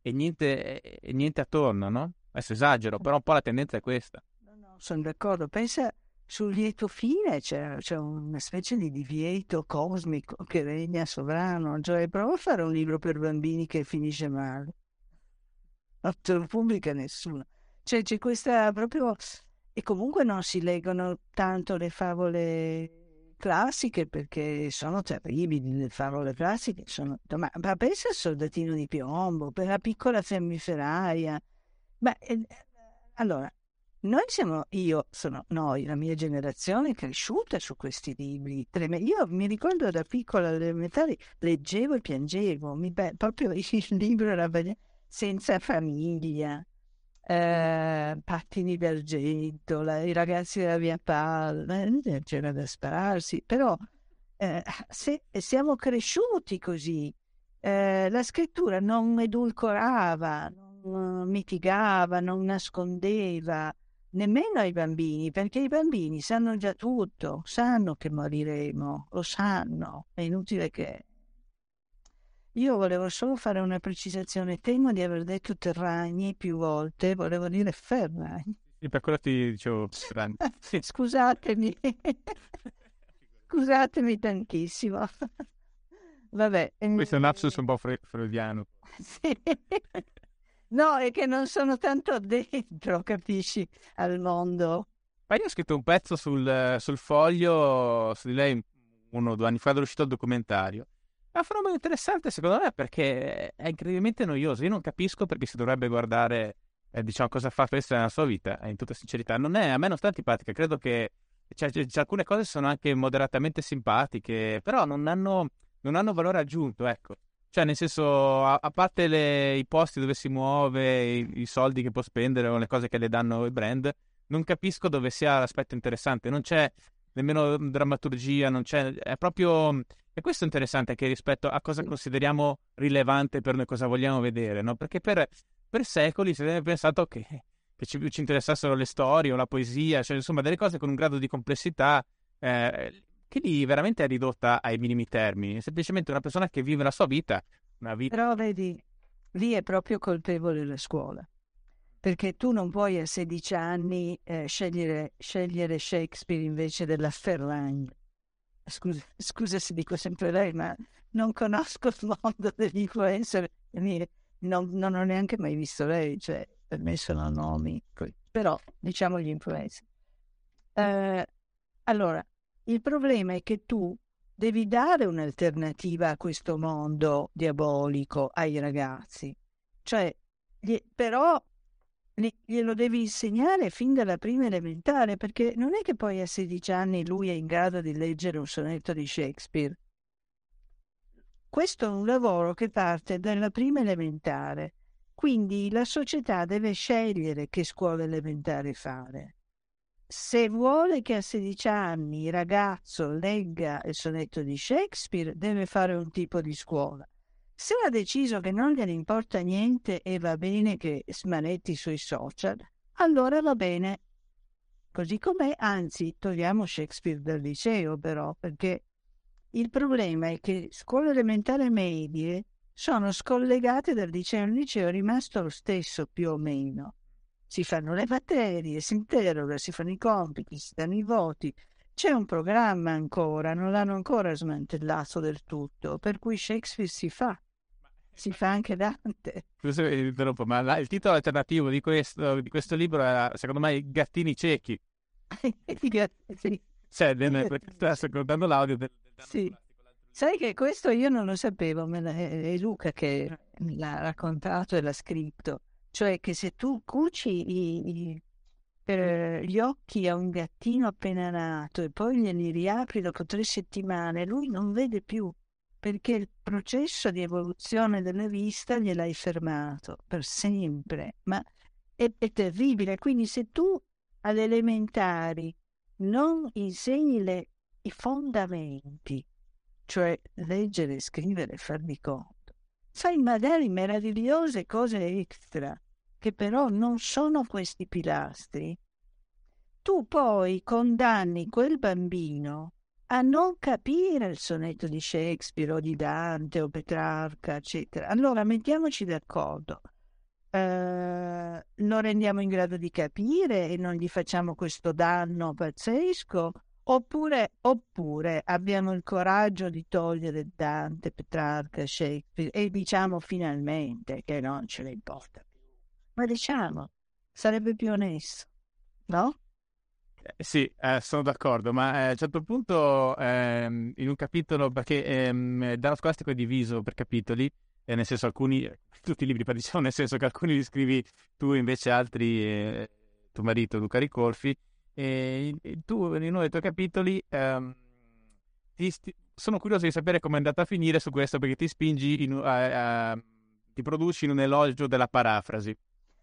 e niente attorno, no? Adesso esagero, però un po' la tendenza è questa. No, no, sono d'accordo. Pensa sul lieto fine, c'è una specie di divieto cosmico che regna sovrano. Cioè, prova a fare un libro per bambini che finisce male. Non te lo pubblica nessuno. Cioè, c'è questa proprio... E comunque non si leggono tanto le favole classiche perché sono terribili, le favole classiche sono... Ma pensa al soldatino di piombo, per la piccola fiammiferaia. Beh, allora, noi, la mia generazione è cresciuta su questi libri. Io mi ricordo da piccola alle elementari leggevo e piangevo, proprio il libro era senza famiglia, Pattini d'argento, i ragazzi della via Palla, c'era da spararsi, però se siamo cresciuti così, la scrittura non edulcorava, non mitigava, non nascondeva nemmeno ai bambini, perché i bambini sanno già tutto, sanno che moriremo, lo sanno, è inutile che... Io volevo solo fare una precisazione, temo di aver detto Terragni più volte, volevo dire Ferragni. Sì, per quello ti dicevo Ferragni. Sì. Scusatemi, scusatemi tantissimo. Vabbè. Questo è un lapsus un po' freudiano. Sì. No, è che non sono tanto dentro, capisci, al mondo. Ma io ho scritto un pezzo sul Foglio su di lei 1 o 2 anni fa, è uscito il documentario. È un fenomeno interessante secondo me perché è incredibilmente noioso. Io non capisco perché si dovrebbe guardare, diciamo, cosa fa questa nella sua vita, in tutta sincerità. A me non sta antipatica, credo che c'è alcune cose sono anche moderatamente simpatiche, però non hanno valore aggiunto, ecco. Cioè, nel senso, a parte i posti dove si muove, i soldi che può spendere o le cose che le danno i brand, non capisco dove sia l'aspetto interessante. Non c'è nemmeno drammaturgia, non c'è... È proprio... E questo è interessante anche rispetto a cosa consideriamo rilevante per noi, cosa vogliamo vedere, no? Perché per secoli si è pensato che ci interessassero le storie o la poesia, cioè insomma delle cose con un grado di complessità che lì veramente è ridotta ai minimi termini. È semplicemente una persona che vive la sua vita, una vita... Però vedi, lì è proprio colpevole la scuola, perché tu non puoi a 16 anni scegliere Shakespeare invece della Ferragni. Scusa se dico sempre lei, ma non conosco il mondo degli influencer, non ho neanche mai visto lei, cioè per me sono nomi, però diciamo gli influencer. Allora, il problema è che tu devi dare un'alternativa a questo mondo diabolico ai ragazzi, cioè però glielo devi insegnare fin dalla prima elementare, perché non è che poi a 16 anni lui è in grado di leggere un sonetto di Shakespeare. Questo è un lavoro che parte dalla prima elementare, quindi la società deve scegliere che scuola elementare fare. Se vuole che a 16 anni il ragazzo legga il sonetto di Shakespeare, deve fare un tipo di scuola. Se ha deciso che non gliene importa niente e va bene che smanetti sui social, allora va bene così com'è, anzi togliamo Shakespeare dal liceo però, perché il problema è che scuole elementari e medie sono scollegate dal liceo. Il liceo è rimasto lo stesso più o meno. Si fanno le materie, si interroga, si fanno i compiti, si danno i voti. C'è un programma ancora, non l'hanno ancora smantellato del tutto, per cui Shakespeare si fa anche Dante. Scusa, mi interrompo, ma il titolo alternativo di questo libro era, secondo me, I gattini ciechi. Sì. Cioè, sto ascoltando l'audio del sì. Sai che questo io non lo sapevo, è Luca che me l'ha raccontato e l'ha scritto. Cioè che se tu cuci gli occhi a un gattino appena nato e poi glieli riapri dopo 3 settimane, lui non vede più, perché il processo di evoluzione della vista gliel'hai fermato per sempre. Ma è terribile. Quindi se tu alle elementari non insegni i fondamenti, cioè leggere, scrivere, farmi conto, fai magari meravigliose cose extra, che però non sono questi pilastri, tu poi condanni quel bambino a non capire il sonetto di Shakespeare o di Dante o Petrarca, eccetera. Allora mettiamoci d'accordo. Lo rendiamo in grado di capire e non gli facciamo questo danno pazzesco, oppure abbiamo il coraggio di togliere Dante, Petrarca, Shakespeare e diciamo finalmente che non ce ne importa più. Ma diciamo, sarebbe più onesto, no? Sì, sono d'accordo, ma a un certo punto in un capitolo, perché il danno scolastico è diviso per capitoli, nel senso tutti i libri, diciamo, nel senso che alcuni li scrivi tu, invece altri tuo marito Luca Ricolfi, e tu in uno dei tuoi capitoli sono curioso di sapere come è andata a finire su questo, perché ti spingi ti produci in un elogio della parafrasi.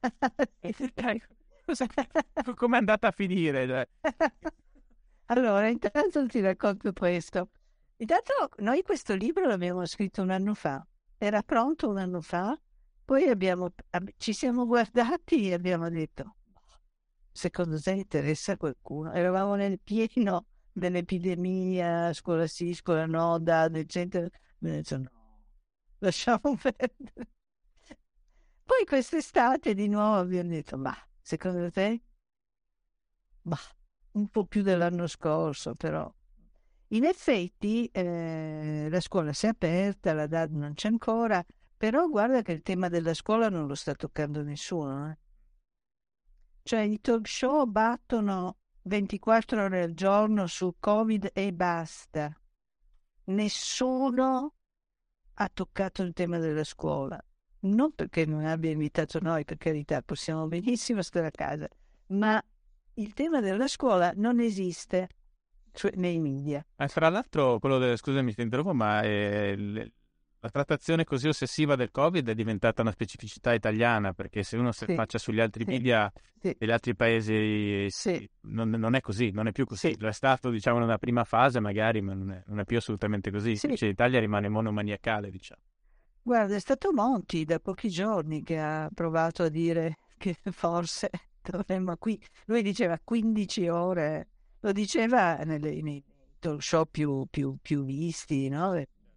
Come è andata a finire? Allora, intanto ti racconto questo. Intanto noi questo libro l'abbiamo scritto un anno fa, era pronto un anno fa, poi ci siamo guardati e abbiamo detto, secondo te interessa a qualcuno? Eravamo nel pieno dell'epidemia, scuola sì, scuola no, eccetera. Mi ho detto no, lasciamo perdere. Poi quest'estate di nuovo abbiamo detto, ma secondo te? Bah, un po' più dell'anno scorso, però. In effetti la scuola si è aperta, la DAD non c'è ancora, però guarda che il tema della scuola non lo sta toccando nessuno. Cioè i talk show battono 24 ore al giorno su Covid e basta. Nessuno ha toccato il tema della scuola. Non perché non abbia invitato noi, per carità, possiamo benissimo stare a casa, ma il tema della scuola non esiste, cioè, nei media. Tra l'altro, scusami, ti interrompo, ma la trattazione così ossessiva del Covid è diventata una specificità italiana, perché se uno si Sì, affaccia sugli altri sì, media sì, degli altri paesi, sì, non è così, non è più così. sì, Lo è stato, diciamo, nella prima fase magari, ma non è più assolutamente così. sì. Invece l'Italia rimane monomaniacale, diciamo. Guarda, è stato Monti da pochi giorni che ha provato a dire che forse dovremmo qui. Lui diceva 15 ore, lo diceva nei talk show più visti, no?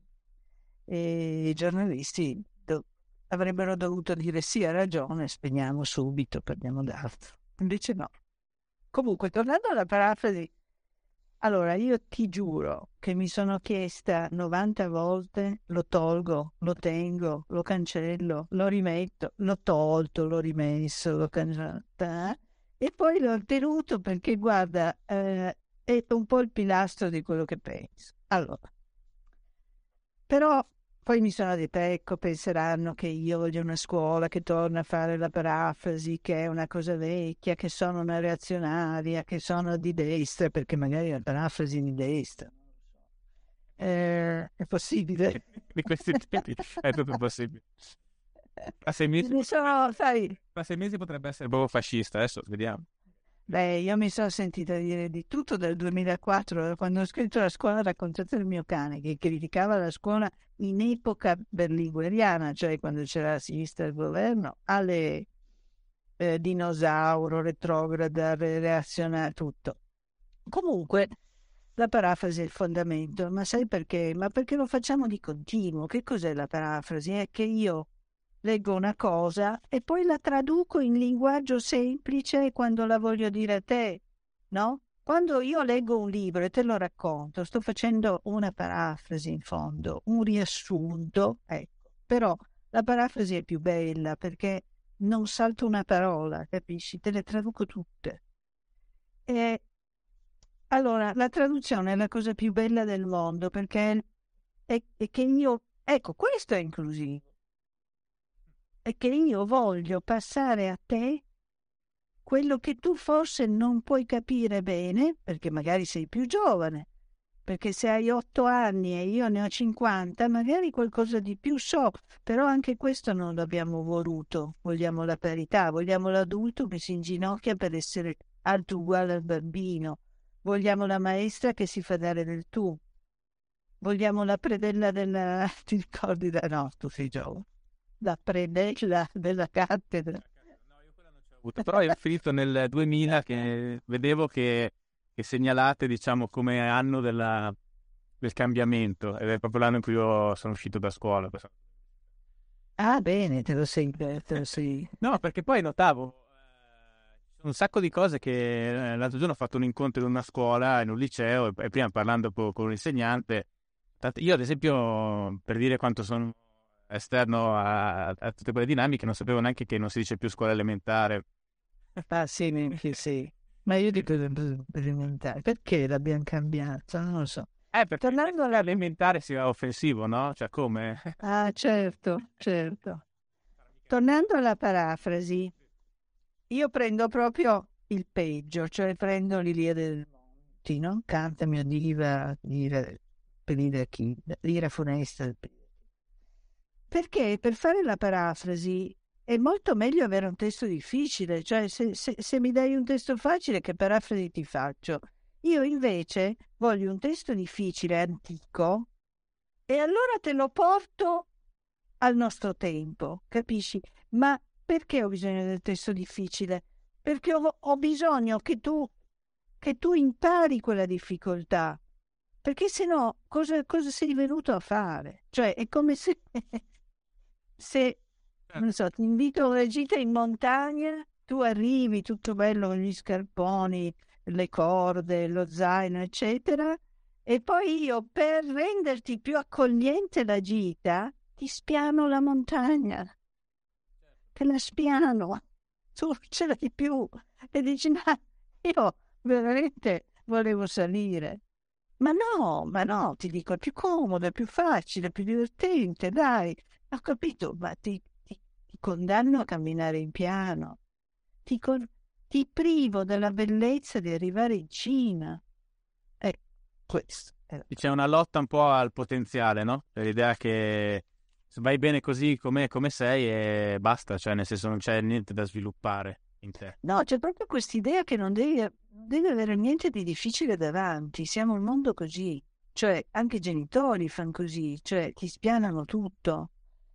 E i giornalisti avrebbero dovuto dire sì, ha ragione, spegniamo subito, parliamo d'altro. Invece no. Comunque, tornando alla parafrasi, allora io ti giuro che mi sono chiesta 90 volte, lo tolgo, lo tengo, lo cancello, lo rimetto, l'ho tolto, l'ho rimesso, l'ho cancellato, e poi l'ho tenuto perché, guarda, è un po' il pilastro di quello che penso. Allora, però poi mi sono detta, ecco, penseranno che io voglio una scuola che torna a fare la parafrasi, che è una cosa vecchia, che sono una reazionaria, che sono di destra, perché magari la parafrasi è di destra. È possibile. Di questi tempi è tutto possibile. A 6 mesi, Ne sono, sai, tra 6 mesi potrebbe essere proprio fascista, adesso vediamo. beh, io mi sono sentita dire di tutto dal 2004, quando ho scritto La scuola raccontata dal mio cane, che criticava la scuola in epoca berlingueriana, cioè quando c'era la sinistra al governo, alle dinosauro, retrograda, reazionaria, tutto. Comunque, la parafrasi è il fondamento, ma sai perché? Ma perché lo facciamo di continuo. Che cos'è la parafrasi? È che io leggo una cosa e poi la traduco in linguaggio semplice quando la voglio dire a te, no? Quando io leggo un libro e te lo racconto, sto facendo una parafrasi in fondo, un riassunto, ecco. Però la parafrasi è più bella perché non salto una parola, capisci? Te le traduco tutte. E allora, la traduzione è la cosa più bella del mondo perché è che io, ecco, questo è inclusivo, è che io voglio passare a te quello che tu forse non puoi capire bene, perché magari sei più giovane, perché se hai 8 anni e io ne ho 50, magari qualcosa di più so, però anche questo non l'abbiamo voluto. Vogliamo la parità, vogliamo l'adulto che si inginocchia per essere alto uguale al bambino, vogliamo la maestra che si fa dare del tu, vogliamo la predella della... ti ricordi? No, tu sei giovane. La predella della cattedra. No, io quella non ce l'ho avuta, però io ho finito nel 2000 che vedevo che segnalate, diciamo, come anno del cambiamento, ed è proprio l'anno in cui io sono uscito da scuola. Ah, bene, te lo sei. No, perché poi notavo ci sono un sacco di cose che l'altro giorno ho fatto un incontro in una scuola, in un liceo, e prima parlando con un insegnante, io ad esempio, per dire quanto sono esterno a tutte quelle dinamiche, non sapevo neanche che non si dice più scuola elementare. Ah, sì, sì. Ma io dico elementare, perché l'abbiamo cambiato? Non lo so. Perché Tornando alla... elementare sia offensivo, no? Cioè, come? Ah, certo, certo. Tornando alla parafrasi, io prendo proprio il peggio, cioè prendo l'Iliade del Monti, no? Cantami o diva, per dire chi, l'ira funesta. Perché per fare la parafrasi è molto meglio avere un testo difficile, cioè se mi dai un testo facile, che parafrasi ti faccio? Io invece voglio un testo difficile, antico, e allora te lo porto al nostro tempo, capisci? Ma perché ho bisogno del testo difficile? Perché ho bisogno che tu impari quella difficoltà, perché se no cosa sei venuto a fare? Cioè è come se, se non so, ti invito a una gita in montagna, tu arrivi tutto bello con gli scarponi, le corde, lo zaino, eccetera, e poi io per renderti più accogliente la gita ti spiano la montagna, te la spiano, tu non ce l'hai più e dici, ma io veramente volevo salire. Ma no, ti dico, è più comodo, è più facile, è più divertente, dai. Ho capito, ma ti condanno a camminare in piano. Ti privo della bellezza di arrivare in cima. Questo. C'è una lotta un po' al potenziale, no? Per l'idea che se vai bene così come sei e basta, cioè nel senso non c'è niente da sviluppare in te. No, c'è proprio quest'idea che non devi avere niente di difficile davanti. Siamo un mondo così. Cioè, anche i genitori fanno così, cioè ti spianano tutto.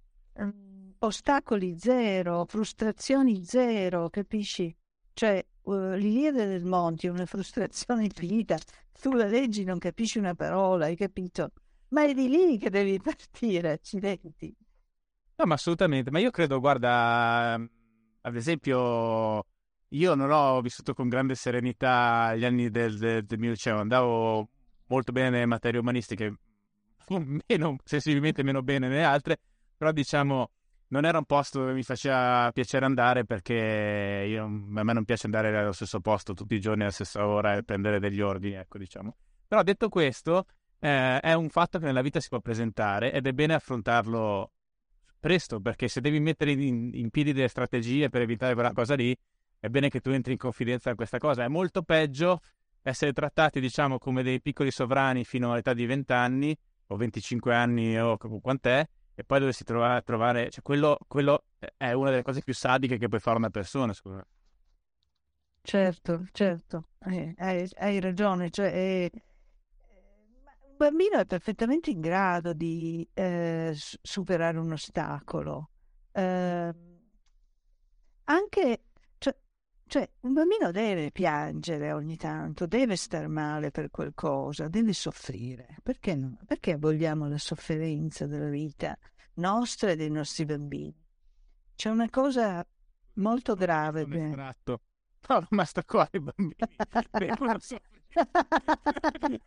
Ostacoli zero, frustrazioni zero, capisci? Cioè, l'Iliade del Monti è una frustrazione infinita. Tu la leggi, non capisci una parola, hai capito? Ma è di lì che devi partire, accidenti. No, ma assolutamente, ma io credo, guarda, ad esempio, io non ho vissuto con grande serenità gli anni del mio liceo, andavo molto bene nelle materie umanistiche, sensibilmente meno bene nelle altre, però diciamo non era un posto dove mi faceva piacere andare perché a me non piace andare allo stesso posto tutti i giorni alla stessa ora e prendere degli ordini, ecco, diciamo. Però detto questo, è un fatto che nella vita si può presentare ed è bene affrontarlo presto, perché se devi mettere in piedi delle strategie per evitare quella cosa lì, è bene che tu entri in confidenza in questa cosa. È molto peggio essere trattati, diciamo, come dei piccoli sovrani fino all'età di 20 anni o 25 anni o quant'è, e poi dovresti trovare, cioè quello è una delle cose più sadiche che puoi fare una persona, scusa. Certo, certo, hai ragione, cioè, ma un bambino è perfettamente in grado di superare un ostacolo. Eh, anche, cioè, un bambino deve piangere ogni tanto, deve star male per qualcosa, deve soffrire. Perché no? Perché aboliamo la sofferenza della vita nostra e dei nostri bambini? C'è una cosa molto grave. Un estratto. No, ma sta qua i bambini devono soffrire.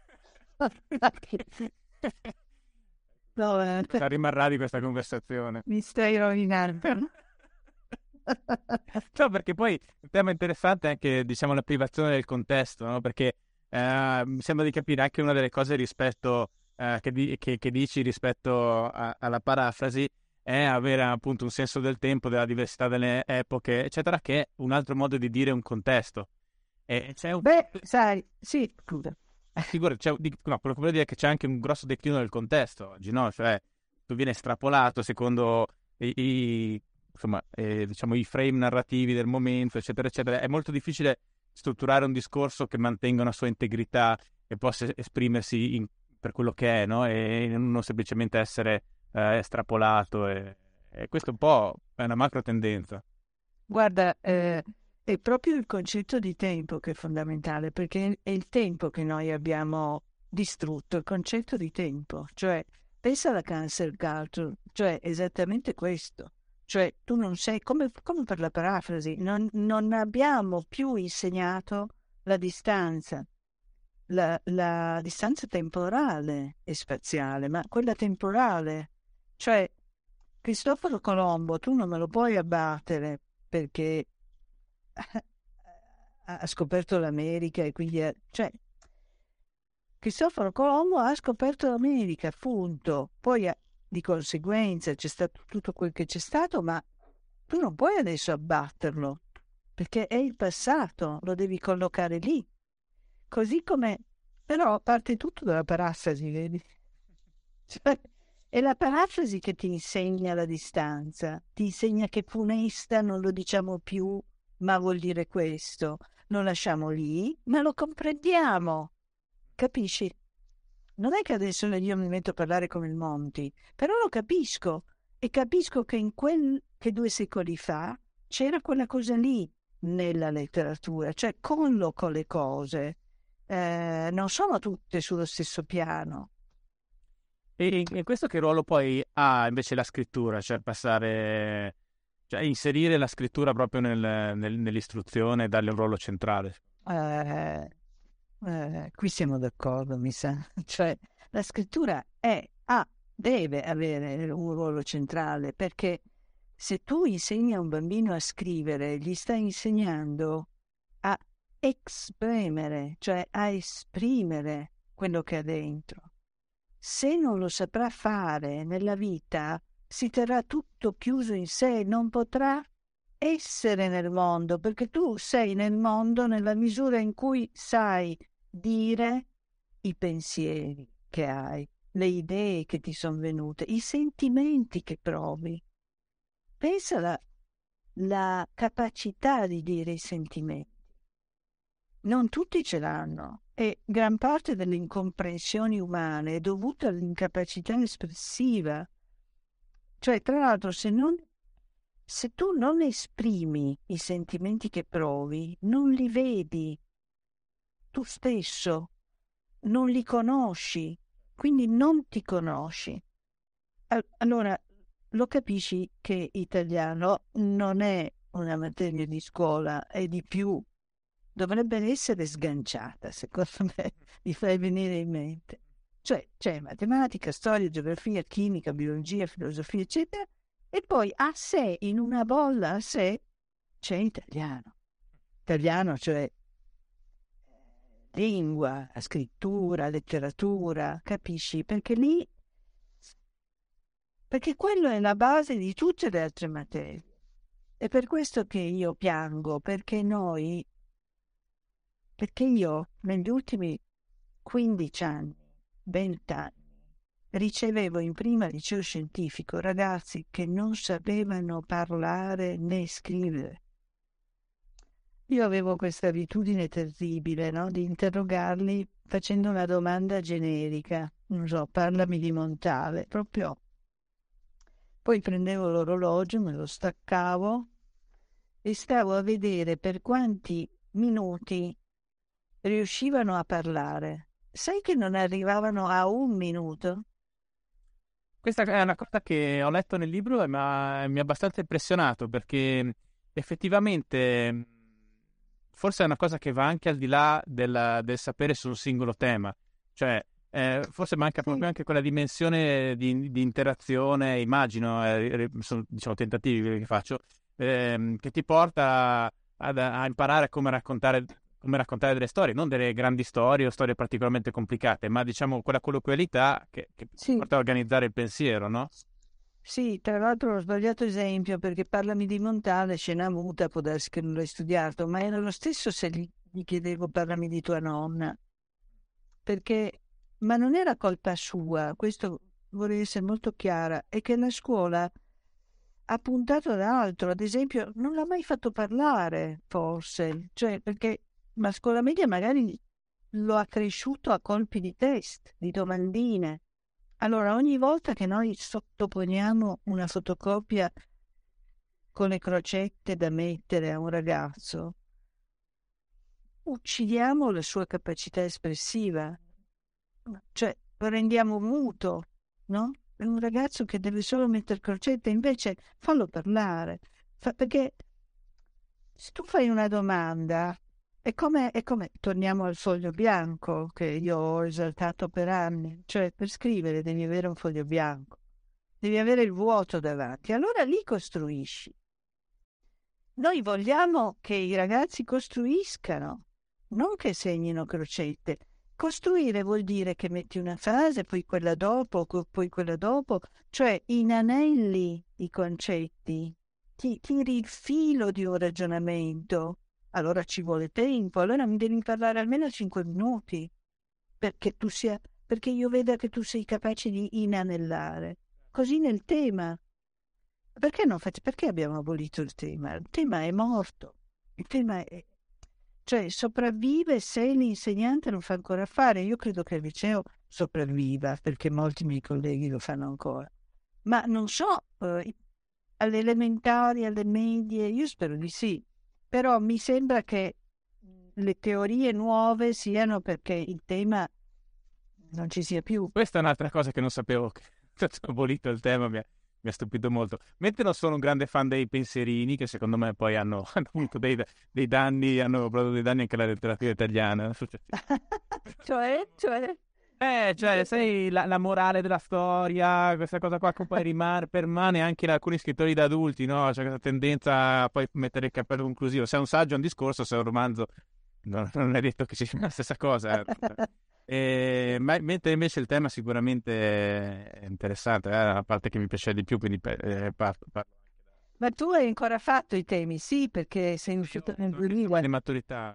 No, Cosa rimarrà di questa conversazione? mi stai rovinando. No, perché poi un tema interessante è anche, diciamo, la privazione del contesto, no? Perché mi sembra di capire anche una delle cose rispetto che dici rispetto alla parafrasi è avere appunto un senso del tempo, della diversità delle epoche, eccetera, che è un altro modo di dire un contesto. E c'è un... Beh, sai, sì, scusa. Figurati, no, quello che voglio dire è che c'è anche un grosso declino del contesto oggi, no? Cioè, tu viene estrapolato secondo insomma, diciamo, i frame narrativi del momento, eccetera, eccetera. È molto difficile strutturare un discorso che mantenga una sua integrità e possa esprimersi per quello che è, no? E non semplicemente essere estrapolato. E questo un po' è una macro tendenza. Guarda, è proprio il concetto di tempo che è fondamentale, perché è il tempo che noi abbiamo distrutto, il concetto di tempo. Cioè, pensa alla cancel culture, cioè esattamente questo. Cioè, tu non sei, come per la parafrasi, non abbiamo più insegnato la distanza, la distanza temporale e spaziale, ma quella temporale. Cioè, Cristoforo Colombo, tu non me lo puoi abbattere perché ha scoperto l'America e quindi cioè Cristoforo Colombo ha scoperto l'America, appunto. Poi di conseguenza c'è stato tutto quel che c'è stato, ma tu non puoi adesso abbatterlo. perché è il passato, lo devi collocare lì. Così come, però parte tutto dalla parafrasi, vedi? Cioè, è la parafrasi che ti insegna la distanza, ti insegna che funesta non lo diciamo più, ma vuol dire questo. Lo lasciamo lì, ma lo comprendiamo, capisci? Non è che adesso io mi metto a parlare come il Monti, però lo capisco e capisco che che 2 secoli fa c'era quella cosa lì nella letteratura, cioè colloco le cose, non sono tutte sullo stesso piano. E in questo che ruolo poi ha invece la scrittura, cioè passare, cioè inserire la scrittura proprio nell'istruzione e darle un ruolo centrale? Eh, qui siamo d'accordo, mi sa. Cioè, la scrittura deve avere un ruolo centrale, perché se tu insegni a un bambino a scrivere, gli stai insegnando a esprimere, cioè a esprimere quello che ha dentro. Se non lo saprà fare nella vita, si terrà tutto chiuso in sé, non potrà essere nel mondo, perché tu sei nel mondo nella misura in cui sai dire i pensieri che hai, le idee che ti sono venute, i sentimenti che provi. Pensa la capacità di dire i sentimenti. Non tutti ce l'hanno e gran parte delle incomprensioni umane è dovuta all'incapacità espressiva. Cioè, tra l'altro, se tu non esprimi i sentimenti che provi, non li vedi tu stesso, non li conosci, quindi non ti conosci. Allora, lo capisci che italiano non è una materia di scuola, è di più. Dovrebbe essere sganciata, secondo me, mi fai venire in mente. Cioè, c'è matematica, storia, geografia, chimica, biologia, filosofia, eccetera, e poi a sé, in una bolla a sé, c'è italiano. Italiano, cioè lingua, scrittura, letteratura, capisci? Perché quello è la base di tutte le altre materie. È per questo che io piango, perché io negli ultimi 15 anni, 20 anni, ricevevo in prima liceo scientifico ragazzi che non sapevano parlare né scrivere. Io avevo questa abitudine terribile, no? Di interrogarli facendo una domanda generica. Non so, parlami di Montale, proprio. Poi prendevo l'orologio, me lo staccavo e stavo a vedere per quanti minuti riuscivano a parlare. Sai che non arrivavano a 1 minuto? Questa è una cosa che ho letto nel libro e mi ha abbastanza impressionato perché effettivamente forse è una cosa che va anche al di là del sapere su un singolo tema, cioè forse manca Sì, proprio anche quella dimensione di interazione, immagino, sono diciamo tentativi che faccio, che ti porta a imparare come raccontare delle storie, non delle grandi storie o storie particolarmente complicate, ma diciamo quella colloquialità che sì, porta a organizzare il pensiero, no? sì, tra l'altro ho sbagliato esempio perché parlami di Montale, scena muta, può darsi che non l'hai studiato, ma era lo stesso se gli chiedevo parlami di tua nonna, perché, ma non era colpa sua, questo vorrei essere molto chiara, è che la scuola ha puntato ad altro, ad esempio non l'ha mai fatto parlare, forse, cioè perché la scuola media magari lo ha cresciuto a colpi di test, di domandine. Allora, ogni volta che noi sottoponiamo una fotocopia con le crocette da mettere a un ragazzo, uccidiamo la sua capacità espressiva, cioè lo rendiamo muto, no? È un ragazzo che deve solo mettere crocette, invece fallo parlare, perché se tu fai una domanda, torniamo al foglio bianco che io ho esaltato per anni, cioè per scrivere devi avere un foglio bianco, devi avere il vuoto davanti, allora lì costruisci. Noi vogliamo che i ragazzi costruiscano, non che segnino crocette. Costruire vuol dire che metti una frase, poi quella dopo, poi quella dopo, cioè inanelli i concetti tiri il filo di un ragionamento, allora ci vuole tempo, allora mi devi parlare almeno 5 minuti perché io veda che tu sei capace di inanellare. Così nel tema. Perché non faccio? Perché abbiamo abolito il tema? Il tema è morto. Il tema è... Cioè, sopravvive se l'insegnante lo fa ancora fare. Io credo che il liceo sopravviva, perché molti miei colleghi lo fanno ancora. Ma non so, alle elementari, alle medie, io spero di sì. Però mi sembra che le teorie nuove siano perché il tema non ci sia più. Questa è un'altra cosa che non sapevo, che è stato abolito il tema, mi ha stupito molto. Mentre non sono un grande fan dei pensierini, che secondo me poi hanno avuto dei danni, hanno prodotto dei danni anche alla letteratura italiana. Cioè? Cioè, sai, la morale della storia, questa cosa qua che poi permane anche in alcuni scrittori da adulti, no? C'è questa tendenza a poi mettere il cappello conclusivo. Se è un saggio, è un discorso, se è un romanzo, non è detto che ci sia la stessa cosa. Mentre invece il tema sicuramente è interessante, a parte che mi piace di più, quindi parto. Ma tu hai ancora fatto i temi, sì, perché sei uscito nel 2000. Di maturità.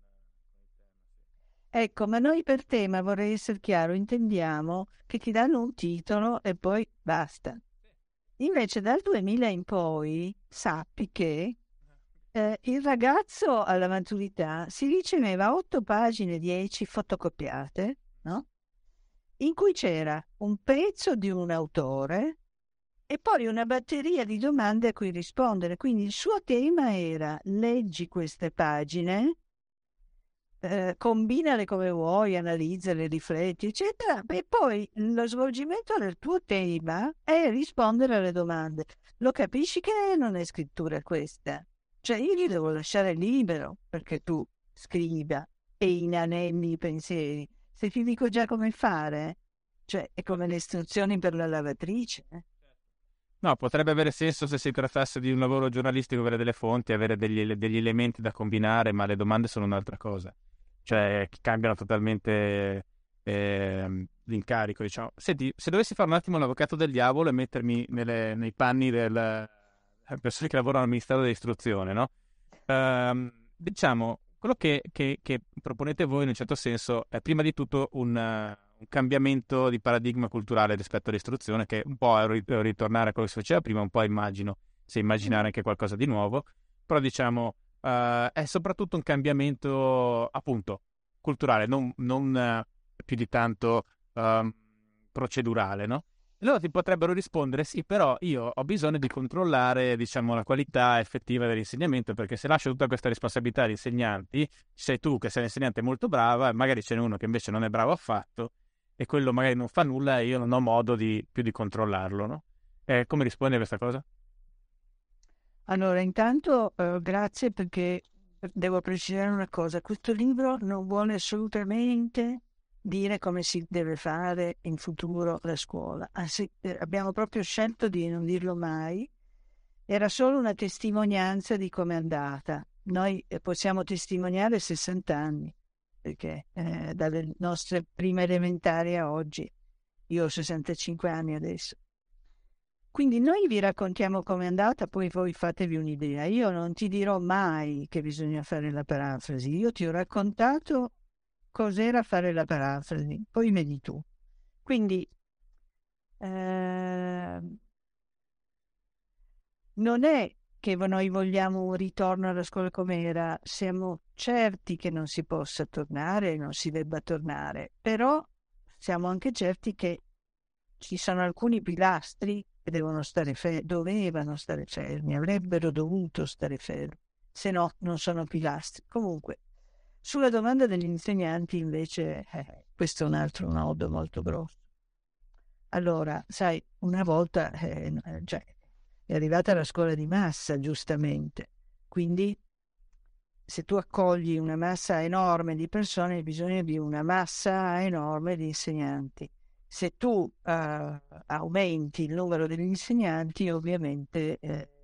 Ecco, ma noi per tema, vorrei essere chiaro, intendiamo che ti danno un titolo e poi basta. Invece dal 2000 in poi sappi che il ragazzo alla maturità si riceveva 8 pagine, 10 fotocopiate, no? In cui c'era un pezzo di un autore e poi una batteria di domande a cui rispondere. Quindi il suo tema era: leggi queste pagine, combinale come vuoi, analizzale, rifletti, eccetera, e poi lo svolgimento del tuo tema è rispondere alle domande. Lo capisci che non è scrittura questa? Cioè io gli devo lasciare libero perché tu scriva e inanelli i pensieri. Se ti dico già come fare, cioè è come le istruzioni per la lavatrice. No, potrebbe avere senso se si trattasse di un lavoro giornalistico, avere delle fonti, avere degli elementi da combinare, ma le domande sono un'altra cosa. Cioè, cambiano totalmente l'incarico, diciamo. Senti, se dovessi fare un attimo l'avvocato del diavolo e mettermi nei panni delle persone che lavorano al Ministero dell'Istruzione, no? Diciamo, quello che proponete voi in un certo senso è prima di tutto un cambiamento di paradigma culturale rispetto all'istruzione, che un po' è ritornare a quello che si faceva prima, un po' immagino, se immaginare anche qualcosa di nuovo, però diciamo è soprattutto un cambiamento appunto culturale, non più di tanto procedurale, no? Loro ti potrebbero rispondere: sì, però io ho bisogno di controllare, diciamo, la qualità effettiva dell'insegnamento, perché se lascio tutta questa responsabilità agli insegnanti, sei tu che sei un'insegnante molto brava, magari ce n'è uno che invece non è bravo affatto, e quello magari non fa nulla e io non ho modo più di controllarlo, no? Come rispondi a questa cosa? Allora, intanto grazie, perché devo precisare una cosa. Questo libro non vuole assolutamente dire come si deve fare in futuro la scuola. Anzi, abbiamo proprio scelto di non dirlo mai. Era solo una testimonianza di come è andata. Noi possiamo testimoniare 60 anni, perché dalle nostre prime elementari a oggi, io ho 65 anni adesso. Quindi noi vi raccontiamo com'è andata, poi voi fatevi un'idea. Io non ti dirò mai che bisogna fare la parafrasi. Io ti ho raccontato cos'era fare la parafrasi, poi vedi tu. Quindi non è che noi vogliamo un ritorno alla scuola com'era, siamo certi che non si possa tornare, non si debba tornare, però siamo anche certi che ci sono alcuni pilastri che dovevano stare fermi, avrebbero dovuto stare fermi, se no non sono pilastri. Comunque, sulla domanda degli insegnanti invece, questo è un altro nodo molto grosso. Allora, sai, una volta cioè, è arrivata la scuola di massa, giustamente, quindi se tu accogli una massa enorme di persone, hai bisogno di una massa enorme di insegnanti. Se tu aumenti il numero degli insegnanti, ovviamente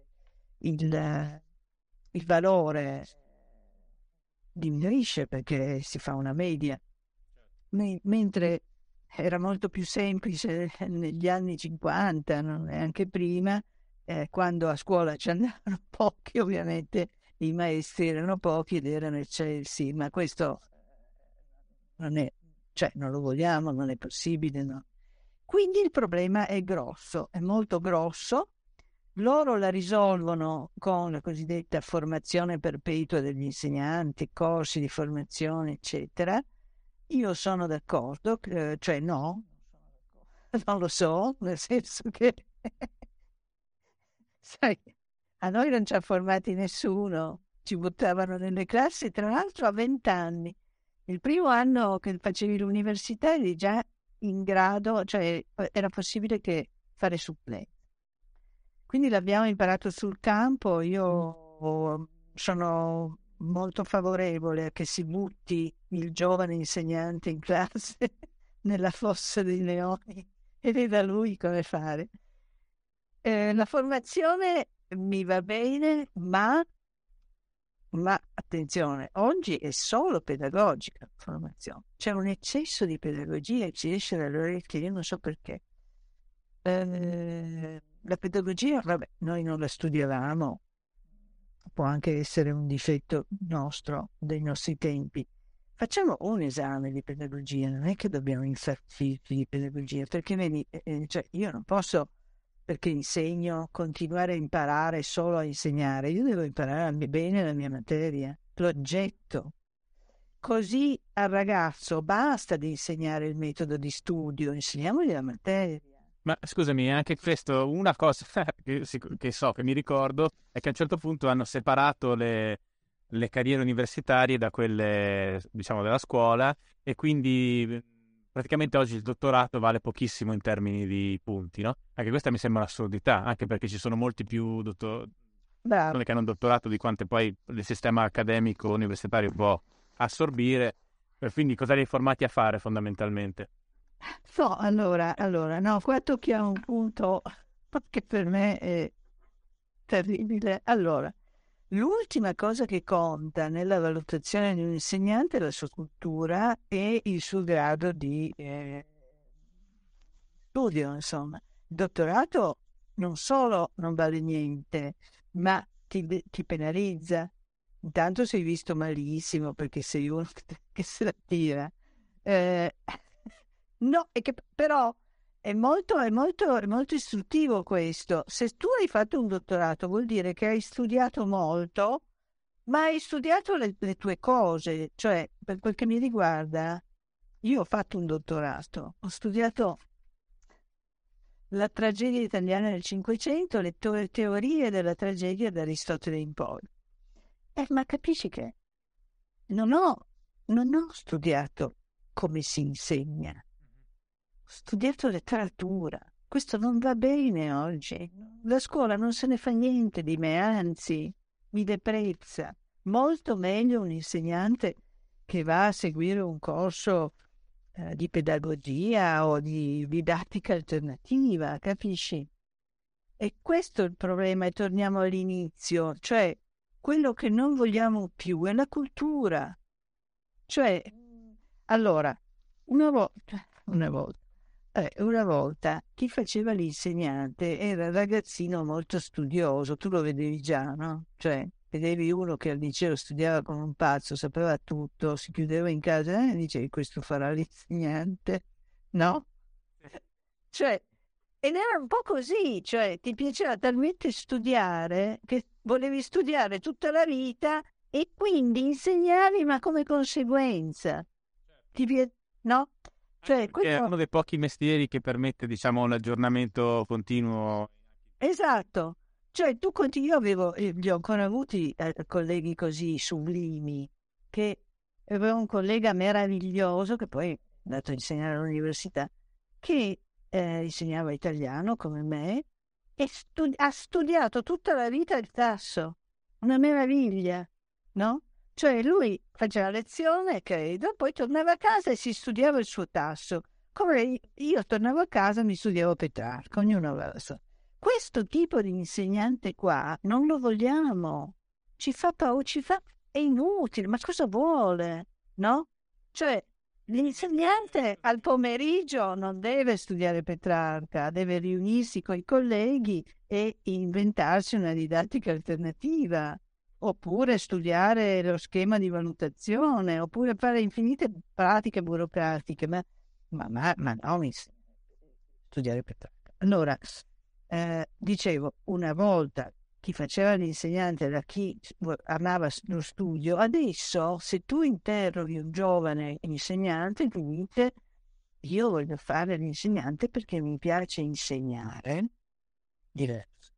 il valore diminuisce perché si fa una media. Mentre era molto più semplice negli anni 50, e anche prima, quando a scuola ci andavano pochi, ovviamente i maestri erano pochi ed erano eccelsi, ma questo non è, cioè non lo vogliamo, non è possibile, no? Quindi il problema è grosso, è molto grosso. Loro la risolvono con la cosiddetta formazione perpetua degli insegnanti, corsi di formazione, eccetera. Io sono d'accordo, cioè no, non lo so, nel senso che, sai, a noi non ci ha formati nessuno, ci buttavano nelle classi, tra l'altro a 20 anni. Il primo anno che facevi l'università eri già in grado, cioè era possibile che fare supplenza. Quindi l'abbiamo imparato sul campo. Io sono molto favorevole a che si butti il giovane insegnante in classe nella fossa dei leoni e veda lui come fare. La formazione mi va bene, ma attenzione, oggi è solo pedagogica la formazione. C'è un eccesso di pedagogia che ci esce dalle orecchie, io non so perché. La pedagogia, vabbè, noi non la studiavamo, può anche essere un difetto nostro, dei nostri tempi. Facciamo un esame di pedagogia, non è che dobbiamo infarcirci di pedagogia, perché vedi, cioè, io non posso, perché insegno, continuare a imparare solo a insegnare. Io devo imparare bene la mia materia, l'oggetto. Così al ragazzo basta di insegnare il metodo di studio, insegniamogli la materia. Ma scusami, anche questo, una cosa che so, che mi ricordo, è che a un certo punto hanno separato le carriere universitarie da quelle, diciamo, della scuola, e quindi praticamente oggi il dottorato vale pochissimo in termini di punti, no? Anche questa mi sembra un'assurdità, anche perché ci sono molti più Bravo. persone che hanno un dottorato di quante poi il sistema accademico universitario può assorbire, e quindi cosa li hai formati a fare fondamentalmente? No, allora, no, qua tocchiamo un punto che per me è terribile. Allora, l'ultima cosa che conta nella valutazione di un insegnante è la sua cultura e il suo grado di studio, insomma. Il dottorato non solo non vale niente, ma ti penalizza. Intanto sei visto malissimo perché sei uno che se la tira. Eh, no, è che però è molto istruttivo questo. Se tu hai fatto un dottorato, vuol dire che hai studiato molto, ma hai studiato le tue cose. Cioè, per quel che mi riguarda, io ho fatto un dottorato, ho studiato la tragedia italiana del Cinquecento, le teorie della tragedia da Aristotele in poi. Ma capisci che non ho, non ho studiato come si insegna, ho studiato letteratura. Questo non va bene oggi. La scuola non se ne fa niente di me, anzi, mi deprezza. Molto meglio un insegnante che va a seguire un corso di pedagogia o di didattica alternativa, capisci? E questo è il problema, e torniamo all'inizio, cioè quello che non vogliamo più è la cultura. Cioè, allora, una volta chi faceva l'insegnante era il ragazzino molto studioso, tu lo vedevi già, no? Cioè, vedevi uno che al liceo studiava come un pazzo, sapeva tutto, si chiudeva in casa e dicevi questo farà l'insegnante, no? Cioè, ed era un po' così, cioè ti piaceva talmente studiare che volevi studiare tutta la vita e quindi insegnavi, ma come conseguenza. No? Cioè, Perché è questo. uno dei pochi mestieri che permette, diciamo, un aggiornamento continuo. Esatto. Cioè, io li ho ancora avuti colleghi così sublimi, che avevo un collega meraviglioso che poi è andato a insegnare all'università, che insegnava italiano come me e ha studiato tutta la vita il tasso. Una meraviglia, no? Cioè, lui faceva lezione, credo, poi tornava a casa e si studiava il suo tasso. Come io tornavo a casa e mi studiavo Petrarca, ognuno aveva la sua. Questo tipo di insegnante qua non lo vogliamo, ci fa paura, è inutile, ma cosa vuole, no? Cioè, l'insegnante al pomeriggio non deve studiare Petrarca, deve riunirsi con i colleghi e inventarsi una didattica alternativa, oppure studiare lo schema di valutazione, oppure fare infinite pratiche burocratiche, ma no, studiare Petrarca. Allora, dicevo, una volta chi faceva l'insegnante era chi amava lo studio, adesso se tu interroghi un giovane insegnante, ti dice: io voglio fare l'insegnante perché mi piace insegnare, diverso,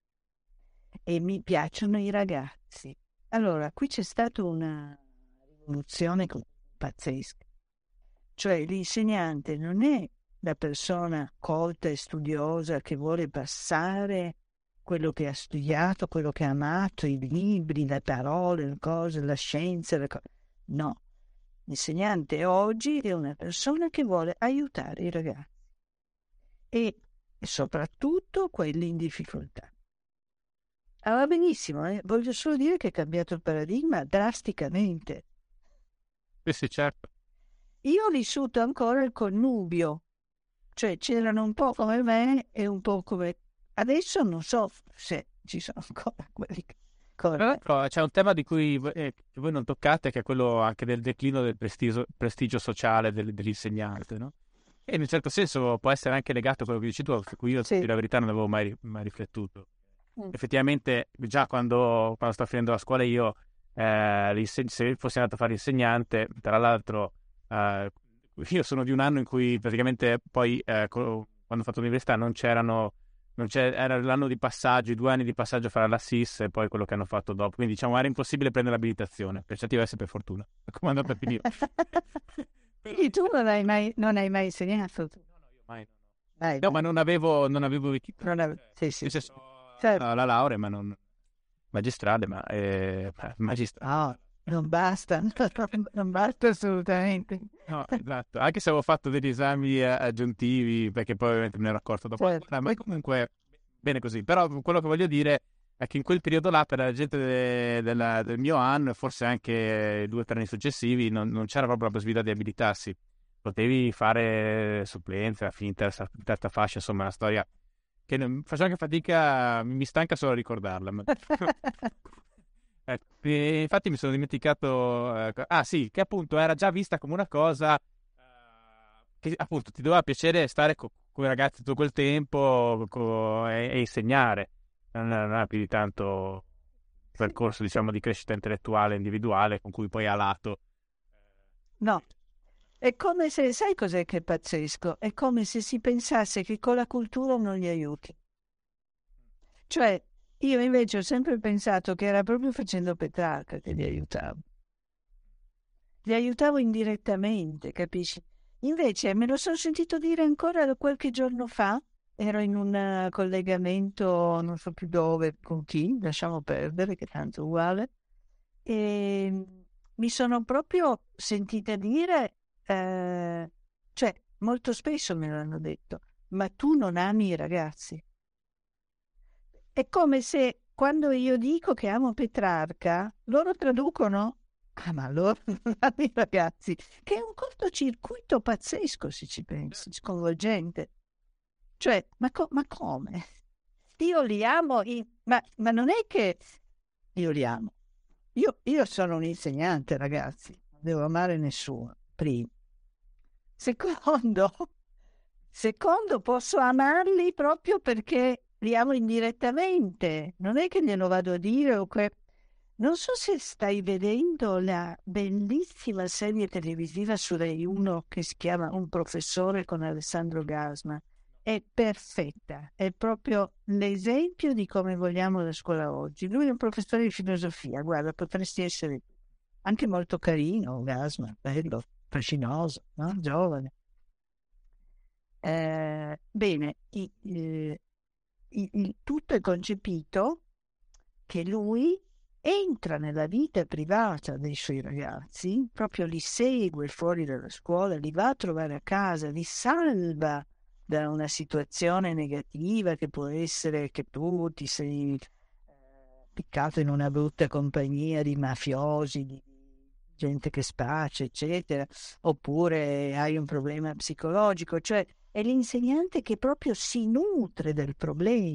e mi piacciono i ragazzi. Allora, qui c'è stata una rivoluzione pazzesca. Cioè, l'insegnante non è la persona colta e studiosa che vuole passare quello che ha studiato, quello che ha amato, i libri, le parole, le cose, la scienza, le cose. No, l'insegnante oggi è una persona che vuole aiutare i ragazzi e soprattutto quelli in difficoltà. Ah, va benissimo, voglio solo dire che è cambiato il paradigma drasticamente. Sì, certo. Io ho vissuto ancora il connubio, cioè c'erano un po' come me e un po' come... Adesso non so se ci sono ancora quelli come Tra me. l'altro c'è un tema di cui che voi non toccate, che è quello anche del declino del prestigio sociale dell'insegnante, no? E in un certo senso può essere anche legato a quello che dici tu, su cui io, Sì. la verità, non avevo mai riflettuto. Mm. Effettivamente, già quando sto finendo la scuola io, se fossi andato a fare insegnante, tra l'altro, io sono di un anno in cui praticamente poi, quando ho fatto l'università, era l'anno di passaggio, i 2 anni di passaggio fra la SIS e poi quello che hanno fatto dopo. Quindi, diciamo, era impossibile prendere l'abilitazione. Per certi versi, per fortuna. Come è andata a finire? Quindi tu non hai mai insegnato? Tu? No, io mai. Mai, No, mai. ma non avevo Sì, sì, nel sì. senso, Certo. la laurea, ma non magistrale, ma magistrale. No, non basta, non basta assolutamente. No, esatto. Anche se avevo fatto degli esami aggiuntivi, perché poi ovviamente me ne ero accorto dopo. Certo. Ma comunque, bene così. Però quello che voglio dire è che in quel periodo là, per la gente del mio anno, e forse anche 2 o 3 anni successivi, non c'era proprio la possibilità di abilitarsi. Potevi fare supplenza, finta, terza fascia, insomma, una storia che faccio anche fatica, mi stanca solo a ricordarla. E infatti mi sono dimenticato, sì, che appunto era già vista come una cosa che appunto ti doveva piacere stare con i ragazzi tutto quel tempo e insegnare, non era più di tanto un percorso, diciamo, di crescita intellettuale individuale con cui poi ha lato. No, è come se, sai cos'è che è pazzesco? È come se si pensasse che con la cultura non li aiuti. Cioè, io invece ho sempre pensato che era proprio facendo Petrarca che li aiutavo. Li aiutavo indirettamente, capisci? Invece me lo sono sentito dire ancora qualche giorno fa, ero in un collegamento, non so più dove, con chi, lasciamo perdere, che tanto è uguale, e mi sono proprio sentita dire, cioè molto spesso me l'hanno detto, ma tu non ami i ragazzi. È come se quando io dico che amo Petrarca, loro traducono, ah ma allora non ami i ragazzi, che è un cortocircuito pazzesco se ci pensi, sconvolgente. Cioè, ma come? Io li amo, ma non è che io li amo. Io sono un insegnante, ragazzi, non devo amare nessuno, primo. Secondo, posso amarli proprio perché li amo indirettamente. Non è che glielo vado a dire o che... Non so se stai vedendo la bellissima serie televisiva su Rai 1 che si chiama Un professore con Alessandro Gasma. È perfetta, è proprio l'esempio di come vogliamo la scuola oggi. Lui è un professore di filosofia, guarda, potresti essere anche molto carino, Gasma, bello, fascinoso, no? Giovane. Bene, tutto è concepito che lui entra nella vita privata dei suoi ragazzi, proprio li segue fuori dalla scuola, li va a trovare a casa, li salva da una situazione negativa che può essere che tu ti sei piccato in una brutta compagnia di mafiosi, di gente che spaccia, eccetera, oppure hai un problema psicologico, cioè è l'insegnante che proprio si nutre del problema,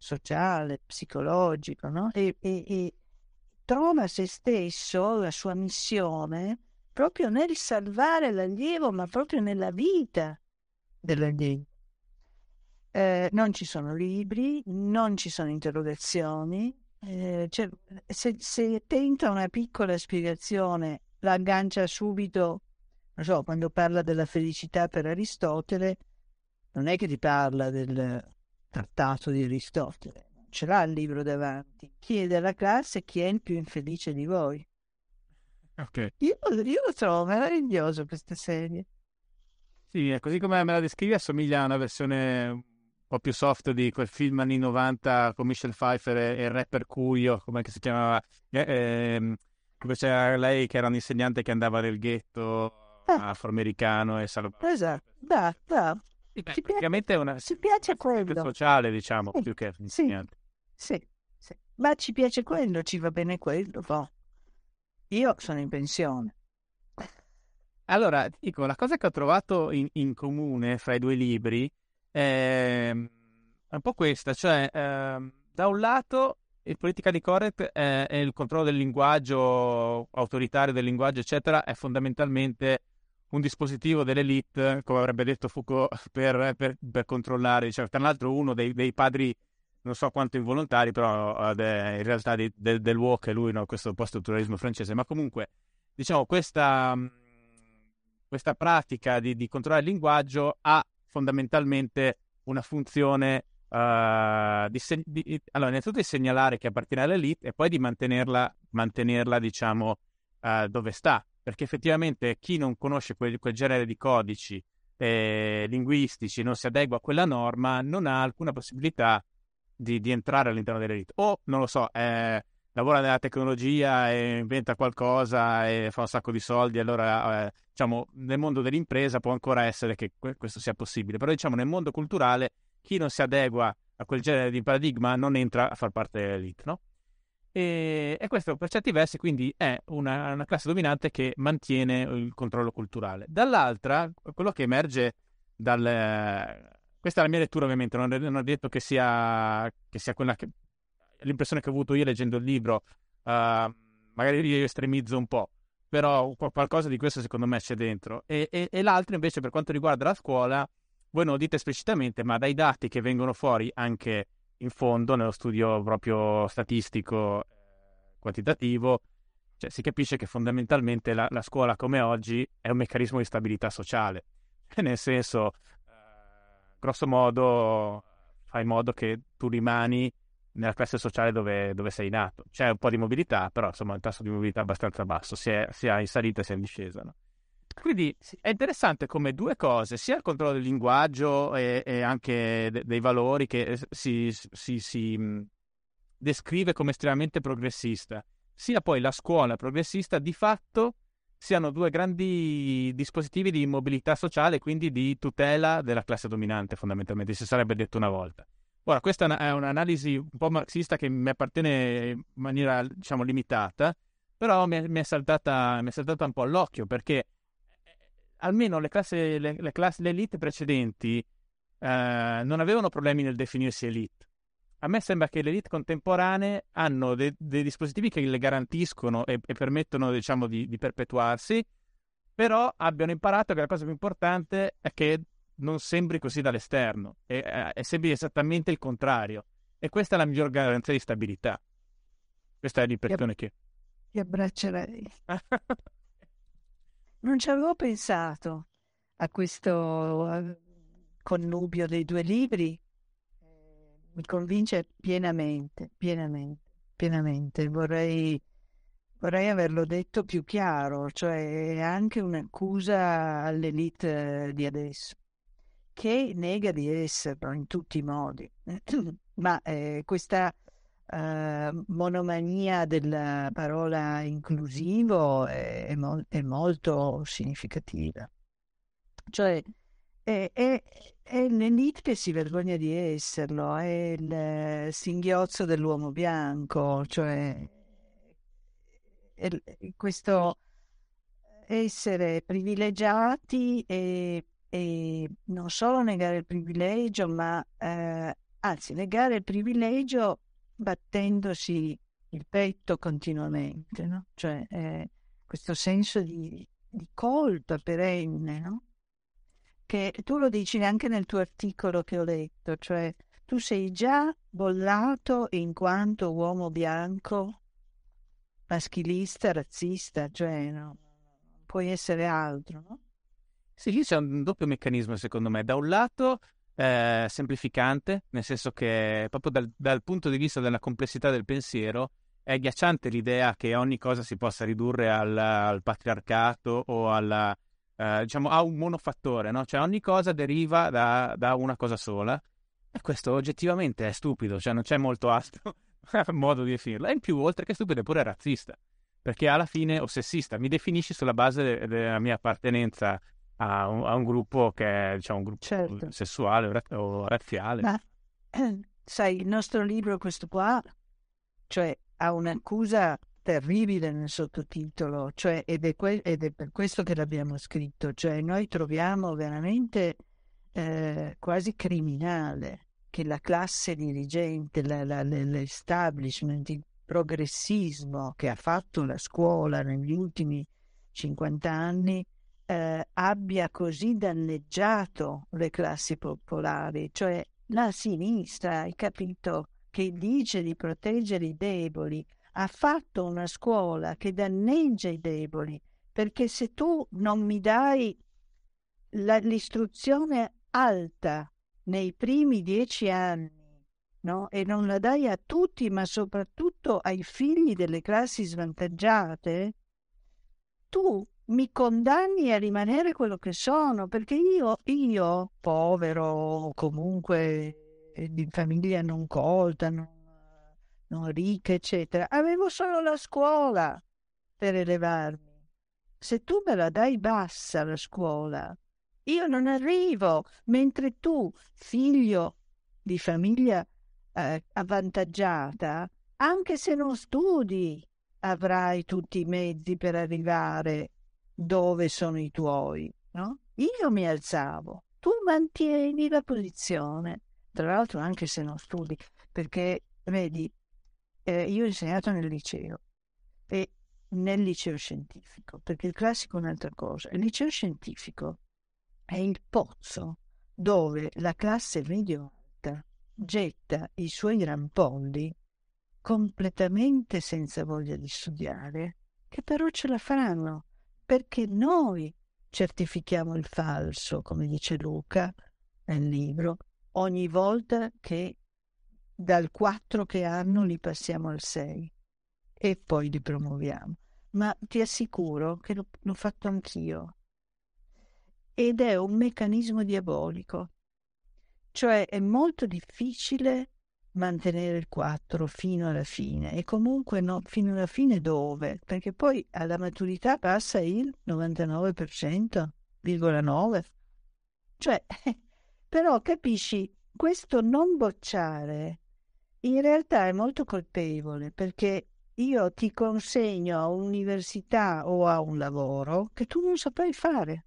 sociale, psicologico, no? E trova se stesso, la sua missione, proprio nel salvare l'allievo, ma proprio nella vita dell'allievo. Non ci sono libri, non ci sono interrogazioni, cioè, se tenta una piccola spiegazione, la aggancia subito, non so, quando parla della felicità per Aristotele, non è che ti parla del trattato di Aristotele, non ce l'ha il libro davanti, chiede alla classe chi è il più infelice di voi. Ok. Io lo trovo meraviglioso questa serie. Sì, così come me la descrivi assomiglia a una versione un po' più soft di quel film anni 90 con Michelle Pfeiffer e il rapper Curio, come si chiamava? Dove c'era lei che era un insegnante che andava nel ghetto Ah, afroamericano e salvava. esatto, da. Sì, beh, Ci piace, praticamente è una ci piace assistente quello. sociale, diciamo, Sì, più che un sì, insegnante. sì, sì. Ma ci piace quello, ci va bene quello. Boh. Io sono in pensione. Allora, ti dico, la cosa che ho trovato in comune fra i due libri è un po' questa, cioè da un lato il politically correct è il controllo del linguaggio, autoritario del linguaggio, eccetera, è fondamentalmente un dispositivo dell'elite, come avrebbe detto Foucault, per controllare, diciamo, tra l'altro uno dei padri, non so quanto involontari, però in realtà del woke è lui, no? Questo post-strutturalismo francese, ma comunque diciamo, questa pratica di controllare il linguaggio ha fondamentalmente una funzione allora, innanzitutto di segnalare che appartiene all'elite e poi di mantenerla diciamo, dove sta. Perché effettivamente chi non conosce quel genere di codici linguistici, non si adegua a quella norma, non ha alcuna possibilità di entrare all'interno dell'elite. O, non lo so, lavora nella tecnologia e inventa qualcosa e fa un sacco di soldi, allora diciamo nel mondo dell'impresa può ancora essere che questo sia possibile, però diciamo nel mondo culturale chi non si adegua a quel genere di paradigma non entra a far parte dell'elite, no? E questo per certi versi quindi è una classe dominante che mantiene il controllo culturale. Dall'altra, quello che emerge questa è la mia lettura ovviamente, non ho detto che sia quella che l'impressione che ho avuto io leggendo il libro, magari io estremizzo un po', però qualcosa di questo secondo me c'è dentro. E l'altro invece per quanto riguarda la scuola, voi non lo dite esplicitamente, ma dai dati che vengono fuori anche in fondo, nello studio proprio statistico, quantitativo, cioè, si capisce che fondamentalmente la scuola come oggi è un meccanismo di stabilità sociale. Nel senso, grosso modo, fa in modo che tu rimani nella classe sociale dove sei nato. C'è un po' di mobilità, però insomma il tasso di mobilità è abbastanza basso, sia in salita sia in discesa. No? Quindi Sì. è interessante come due cose, sia il controllo del linguaggio e anche dei valori che si descrive come estremamente progressista, sia poi la scuola progressista, di fatto siano due grandi dispositivi di mobilità sociale, quindi di tutela della classe dominante, fondamentalmente, si sarebbe detto una volta. Ora, questa è un'analisi un po' marxista che mi appartiene in maniera, diciamo, limitata, però mi è saltata un po' all'occhio, perché almeno le elite precedenti non avevano problemi nel definirsi elite. A me sembra che le elite contemporanee hanno dei dispositivi che le garantiscono e permettono, diciamo, di perpetuarsi, però abbiano imparato che la cosa più importante è che non sembri così dall'esterno e sembri esattamente il contrario. E questa è la miglior garanzia di stabilità. Questa è Ti, ab- l'impressione che... ti abbraccerei. Non ci avevo pensato a questo connubio dei due libri. Mi convince pienamente, pienamente, pienamente. Vorrei averlo detto più chiaro, cioè è anche un'accusa all'elite di adesso, che nega di esserlo in tutti i modi. Ma questa monomania della parola inclusivo è molto significativa. Cioè è l'elite che si vergogna di esserlo, è il singhiozzo dell'uomo bianco, cioè questo essere privilegiati e non solo negare il privilegio, ma anzi negare il privilegio battendosi il petto continuamente, no? Cioè questo senso di colpa perenne, no? Che tu lo dici anche nel tuo articolo che ho letto, cioè tu sei già bollato in quanto uomo bianco, maschilista, razzista, cioè no, puoi essere altro, no? Sì, lì c'è un doppio meccanismo secondo me. Da un lato semplificante, nel senso che proprio dal punto di vista della complessità del pensiero è agghiacciante l'idea che ogni cosa si possa ridurre al patriarcato o diciamo, a un monofattore, no? Cioè ogni cosa deriva da una cosa sola e questo oggettivamente è stupido, cioè non c'è molto altro modo di definirlo. E in più, oltre che stupido, è pure razzista, perché alla fine è ossessista. Mi definisci sulla base della mia appartenenza a un gruppo che è, diciamo, un gruppo Certo, sessuale o razziale. ma sai, il nostro libro, questo qua, cioè ha un'accusa terribile nel sottotitolo, cioè, ed è per questo che l'abbiamo scritto, cioè noi troviamo veramente quasi criminale che la classe dirigente, l'establishment, il progressismo che ha fatto la scuola negli ultimi 50 anni abbia così danneggiato le classi popolari, cioè la sinistra, hai capito, che dice di proteggere i deboli, ha fatto una scuola che danneggia i deboli, perché se tu non mi dai l'istruzione alta nei primi 10 anni, no? E non la dai a tutti, ma soprattutto ai figli delle classi svantaggiate, tu mi condanni a rimanere quello che sono, perché io povero, comunque di famiglia non colta, non ricca, eccetera, avevo solo la scuola per elevarmi. Se tu me la dai bassa la scuola, io non arrivo, mentre tu, figlio di famiglia avvantaggiata, anche se non studi, avrai tutti i mezzi per arrivare dove sono i tuoi, no? Io mi alzavo, tu mantieni la posizione, tra l'altro anche se non studi, perché vedi, io ho insegnato nel liceo e nel liceo scientifico, perché il classico è un'altra cosa. Il liceo scientifico è il pozzo dove la classe medio-alta getta i suoi rampolli completamente senza voglia di studiare, che però ce la faranno, perché noi certifichiamo il falso, come dice Luca nel libro, ogni volta che dal 4 che hanno li passiamo al 6 e poi li promuoviamo. Ma ti assicuro che l'ho fatto anch'io ed è un meccanismo diabolico, cioè è molto difficile mantenere il 4 fino alla fine e comunque no, fino alla fine dove? Perché poi alla maturità passa il 99,9%, cioè però capisci, questo non bocciare in realtà è molto colpevole perché io ti consegno a un'università o a un lavoro che tu non saprai fare.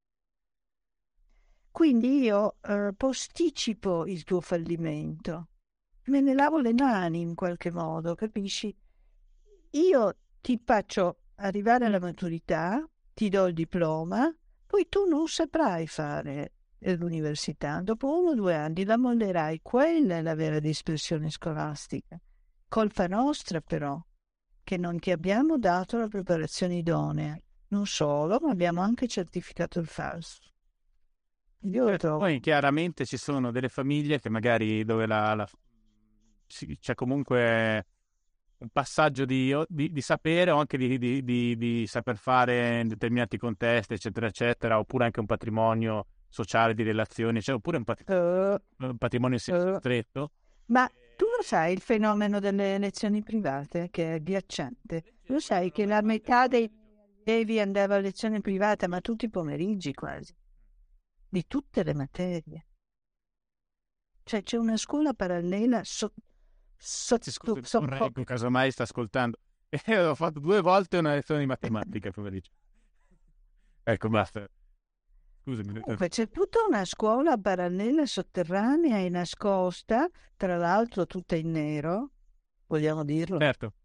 Quindi io posticipo il tuo fallimento, me ne lavo le mani in qualche modo, capisci? Io ti faccio arrivare alla maturità, ti do il diploma, poi tu non saprai fare l'università. Dopo 1 o 2 anni la mollerai. Quella è la vera dispersione scolastica. Colpa nostra però, che non ti abbiamo dato la preparazione idonea. Non solo, ma abbiamo anche certificato il falso. Io lo trovo. Poi chiaramente ci sono delle famiglie che magari dove c'è comunque un passaggio di sapere o anche di saper fare in determinati contesti, eccetera, eccetera, oppure anche un patrimonio sociale di relazioni, cioè, oppure un patrimonio in senso stretto. Ma tu lo sai il fenomeno delle lezioni private, che è agghiacciante? Lo sai che la metà dei allievi andava a lezione privata, ma tutti i pomeriggi quasi, di tutte le materie. Cioè c'è una scuola parallela Scusi, non reggo, casomai sta ascoltando. E ho fatto 2 volte una lezione di matematica, pomeriggio. Ecco, basta. Scusami. Comunque c'è tutta una scuola parallela sotterranea e nascosta, tra l'altro tutta in nero, vogliamo dirlo, Certo.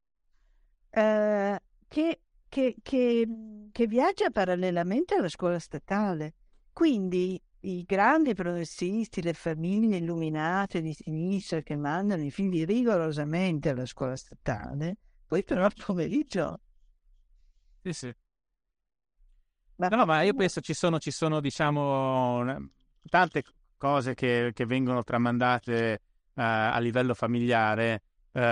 eh, che, che viaggia parallelamente alla scuola statale. Quindi i grandi progressisti, le famiglie illuminate di sinistra che mandano i figli rigorosamente alla scuola statale, poi però al pomeriggio... Sì, sì. Ma No, ma io penso ci sono diciamo, tante cose che vengono tramandate a livello familiare.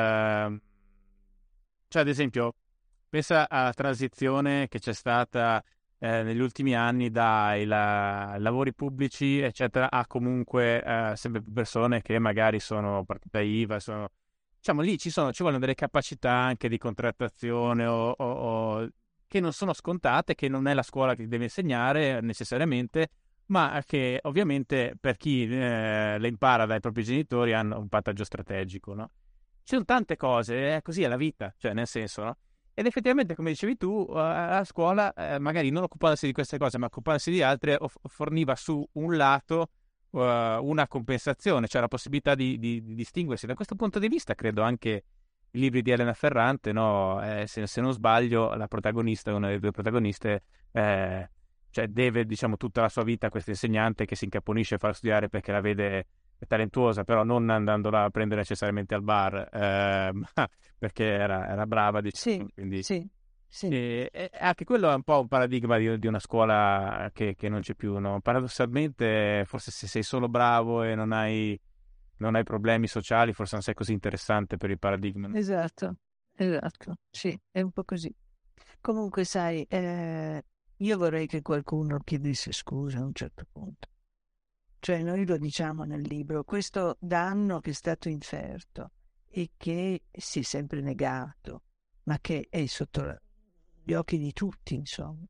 Cioè, ad esempio, pensa alla transizione che c'è stata negli ultimi anni dai lavori pubblici, eccetera, a comunque sempre più persone che magari sono partita IVA, diciamo lì ci vogliono delle capacità anche di contrattazione o che non sono scontate, che non è la scuola che ti deve insegnare necessariamente, ma che ovviamente per chi le impara dai propri genitori hanno un vantaggio strategico, no? Ci sono tante cose, è così è la vita, cioè nel senso, no? Ed effettivamente, come dicevi tu, a scuola magari non occupandosi di queste cose, ma occupandosi di altre, forniva su un lato una compensazione, cioè la possibilità di distinguersi. Da questo punto di vista, credo anche i libri di Elena Ferrante, no? Se non sbaglio, la protagonista, una delle due protagoniste, cioè deve, diciamo, tutta la sua vita a questa insegnante che si incaponisce a far studiare perché la vede talentuosa, però non andandola a prendere necessariamente al bar, ma perché era brava, sì, diciamo, quindi... sì, sì. E anche quello è un po' un paradigma di una scuola che non c'è più, no? Paradossalmente, forse se sei solo bravo e non hai problemi sociali, forse non sei così interessante per il paradigma, no? Esatto, esatto, sì, è un po' così. Comunque, sai, io vorrei che qualcuno chiedesse scusa a un certo punto. Cioè, noi lo diciamo nel libro, questo danno che è stato inferto e che si è sempre negato, ma che è sotto gli occhi di tutti, insomma.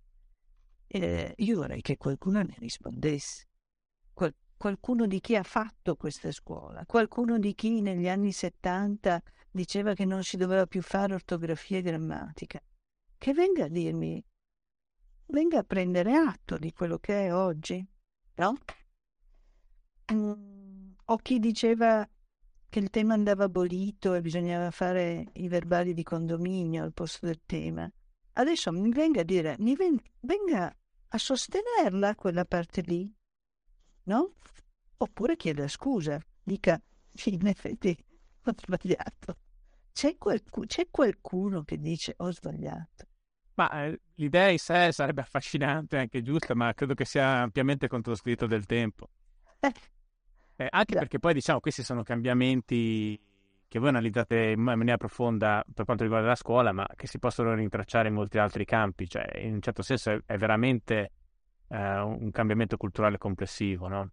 Io vorrei che qualcuno ne rispondesse. Qualcuno di chi ha fatto questa scuola, qualcuno di chi negli anni 70 diceva che non si doveva più fare ortografia e grammatica, che venga a dirmi, venga a prendere atto di quello che è oggi, no? O chi diceva che il tema andava abolito e bisognava fare i verbali di condominio al posto del tema. Adesso mi venga a dire, venga a sostenerla quella parte lì, no? Oppure chieda scusa, dica, sì, in effetti ho sbagliato. C'è qualcuno che dice ho sbagliato. Ma l'idea in sé sarebbe affascinante, anche giusta, ma credo che sia ampiamente contro lo spirito del tempo. Eh, Anche già, perché poi, diciamo, questi sono cambiamenti che voi analizzate in maniera profonda per quanto riguarda la scuola, ma che si possono rintracciare in molti altri campi. Cioè, in un certo senso è veramente un cambiamento culturale complessivo, no?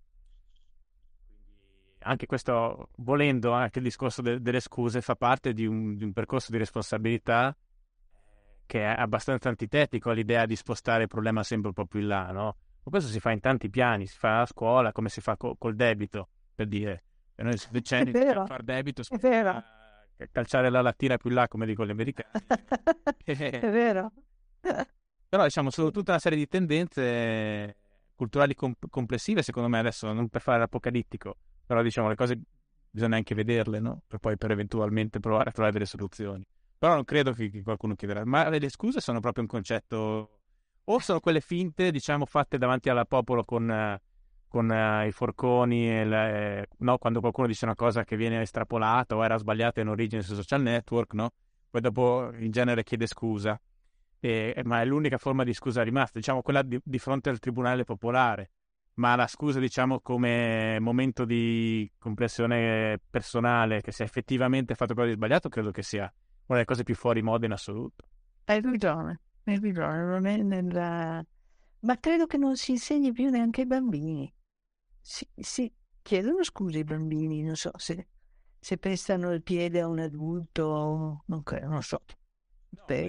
Anche questo, volendo, anche il discorso delle scuse fa parte di un percorso di responsabilità che è abbastanza antitetico all'idea di spostare il problema sempre un po' più in là, no? Ma questo si fa in tanti piani, si fa a scuola, come si fa col debito, per dire. E noi è decenni diciamo vero, far debito, è vero, calciare la lattina più in là, come dicono gli americani. è vero. Però, diciamo, sono Sì. tutta una serie di tendenze culturali complessive, secondo me, adesso, non per fare l'apocalittico, però, diciamo, le cose bisogna anche vederle, no? Per eventualmente provare a trovare delle soluzioni. Però non credo che qualcuno chiederà. Ma le scuse sono proprio un concetto... O sono quelle finte, diciamo, fatte davanti al popolo con i forconi, no? Quando qualcuno dice una cosa che viene estrapolata o era sbagliata in origine sui social network, no? Poi dopo in genere chiede scusa. Ma è l'unica forma di scusa rimasta, diciamo quella di fronte al tribunale popolare. Ma la scusa, diciamo, come momento di comprensione personale, che se effettivamente ha fatto qualcosa di sbagliato, credo che sia una delle cose più fuori moda in assoluto. Hai ragione, non è nella... Ma credo che non si insegni più neanche ai bambini. Si chiedono scusa i bambini, non so se pestano il piede a un adulto, non credo, non so. No, Spero.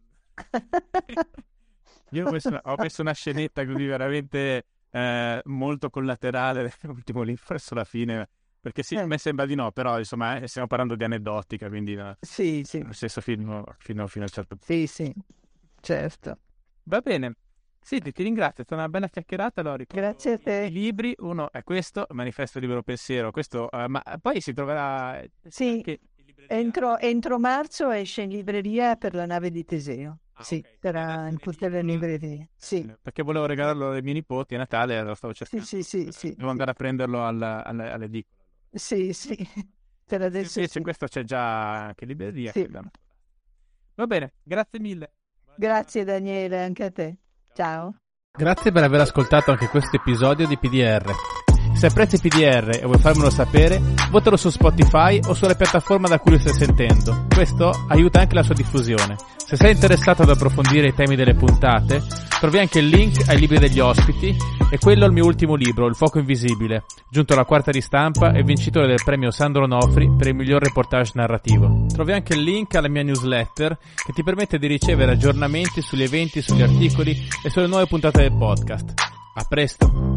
io ho messo una scenetta così veramente molto collaterale, l'ultimo lì verso la fine, perché sì, a Eh, me sembra di no, però insomma stiamo parlando di aneddotica, quindi no, sì, sì, nel senso fino a un certo punto. sì, sì, certo. Va bene. Sì, ti ringrazio, è stata una bella chiacchierata, Lori. Grazie a te. I libri, uno è questo, Manifesto Libero Pensiero, questo, ma poi si troverà Sì, anche in libreria. entro marzo esce in libreria per La nave di Teseo. Ah, Sì, ok. sarà in tutte le librerie. Sì, Perché volevo regalarlo ai miei nipoti a Natale, lo stavo sì, cercando. sì, sì, sì, Devo andare a prenderlo all'edicola. sì, sì, per adesso Invece sì. questo c'è già anche in libreria. Sì. Va bene, grazie mille. Grazie Daniele, anche a te. Ciao. Grazie per aver ascoltato anche questo episodio di PDR. Se apprezzi PDR e vuoi farmelo sapere, votalo su Spotify o sulla piattaforma da cui lo stai sentendo. Questo aiuta anche la sua diffusione. Se sei interessato ad approfondire i temi delle puntate, trovi anche il link ai libri degli ospiti e quello al mio ultimo libro, Il fuoco invisibile, giunto alla quarta ristampa e vincitore del premio Sandro Nofri per il miglior reportage narrativo. Trovi anche il link alla mia newsletter che ti permette di ricevere aggiornamenti sugli eventi, sugli articoli e sulle nuove puntate del podcast. A presto!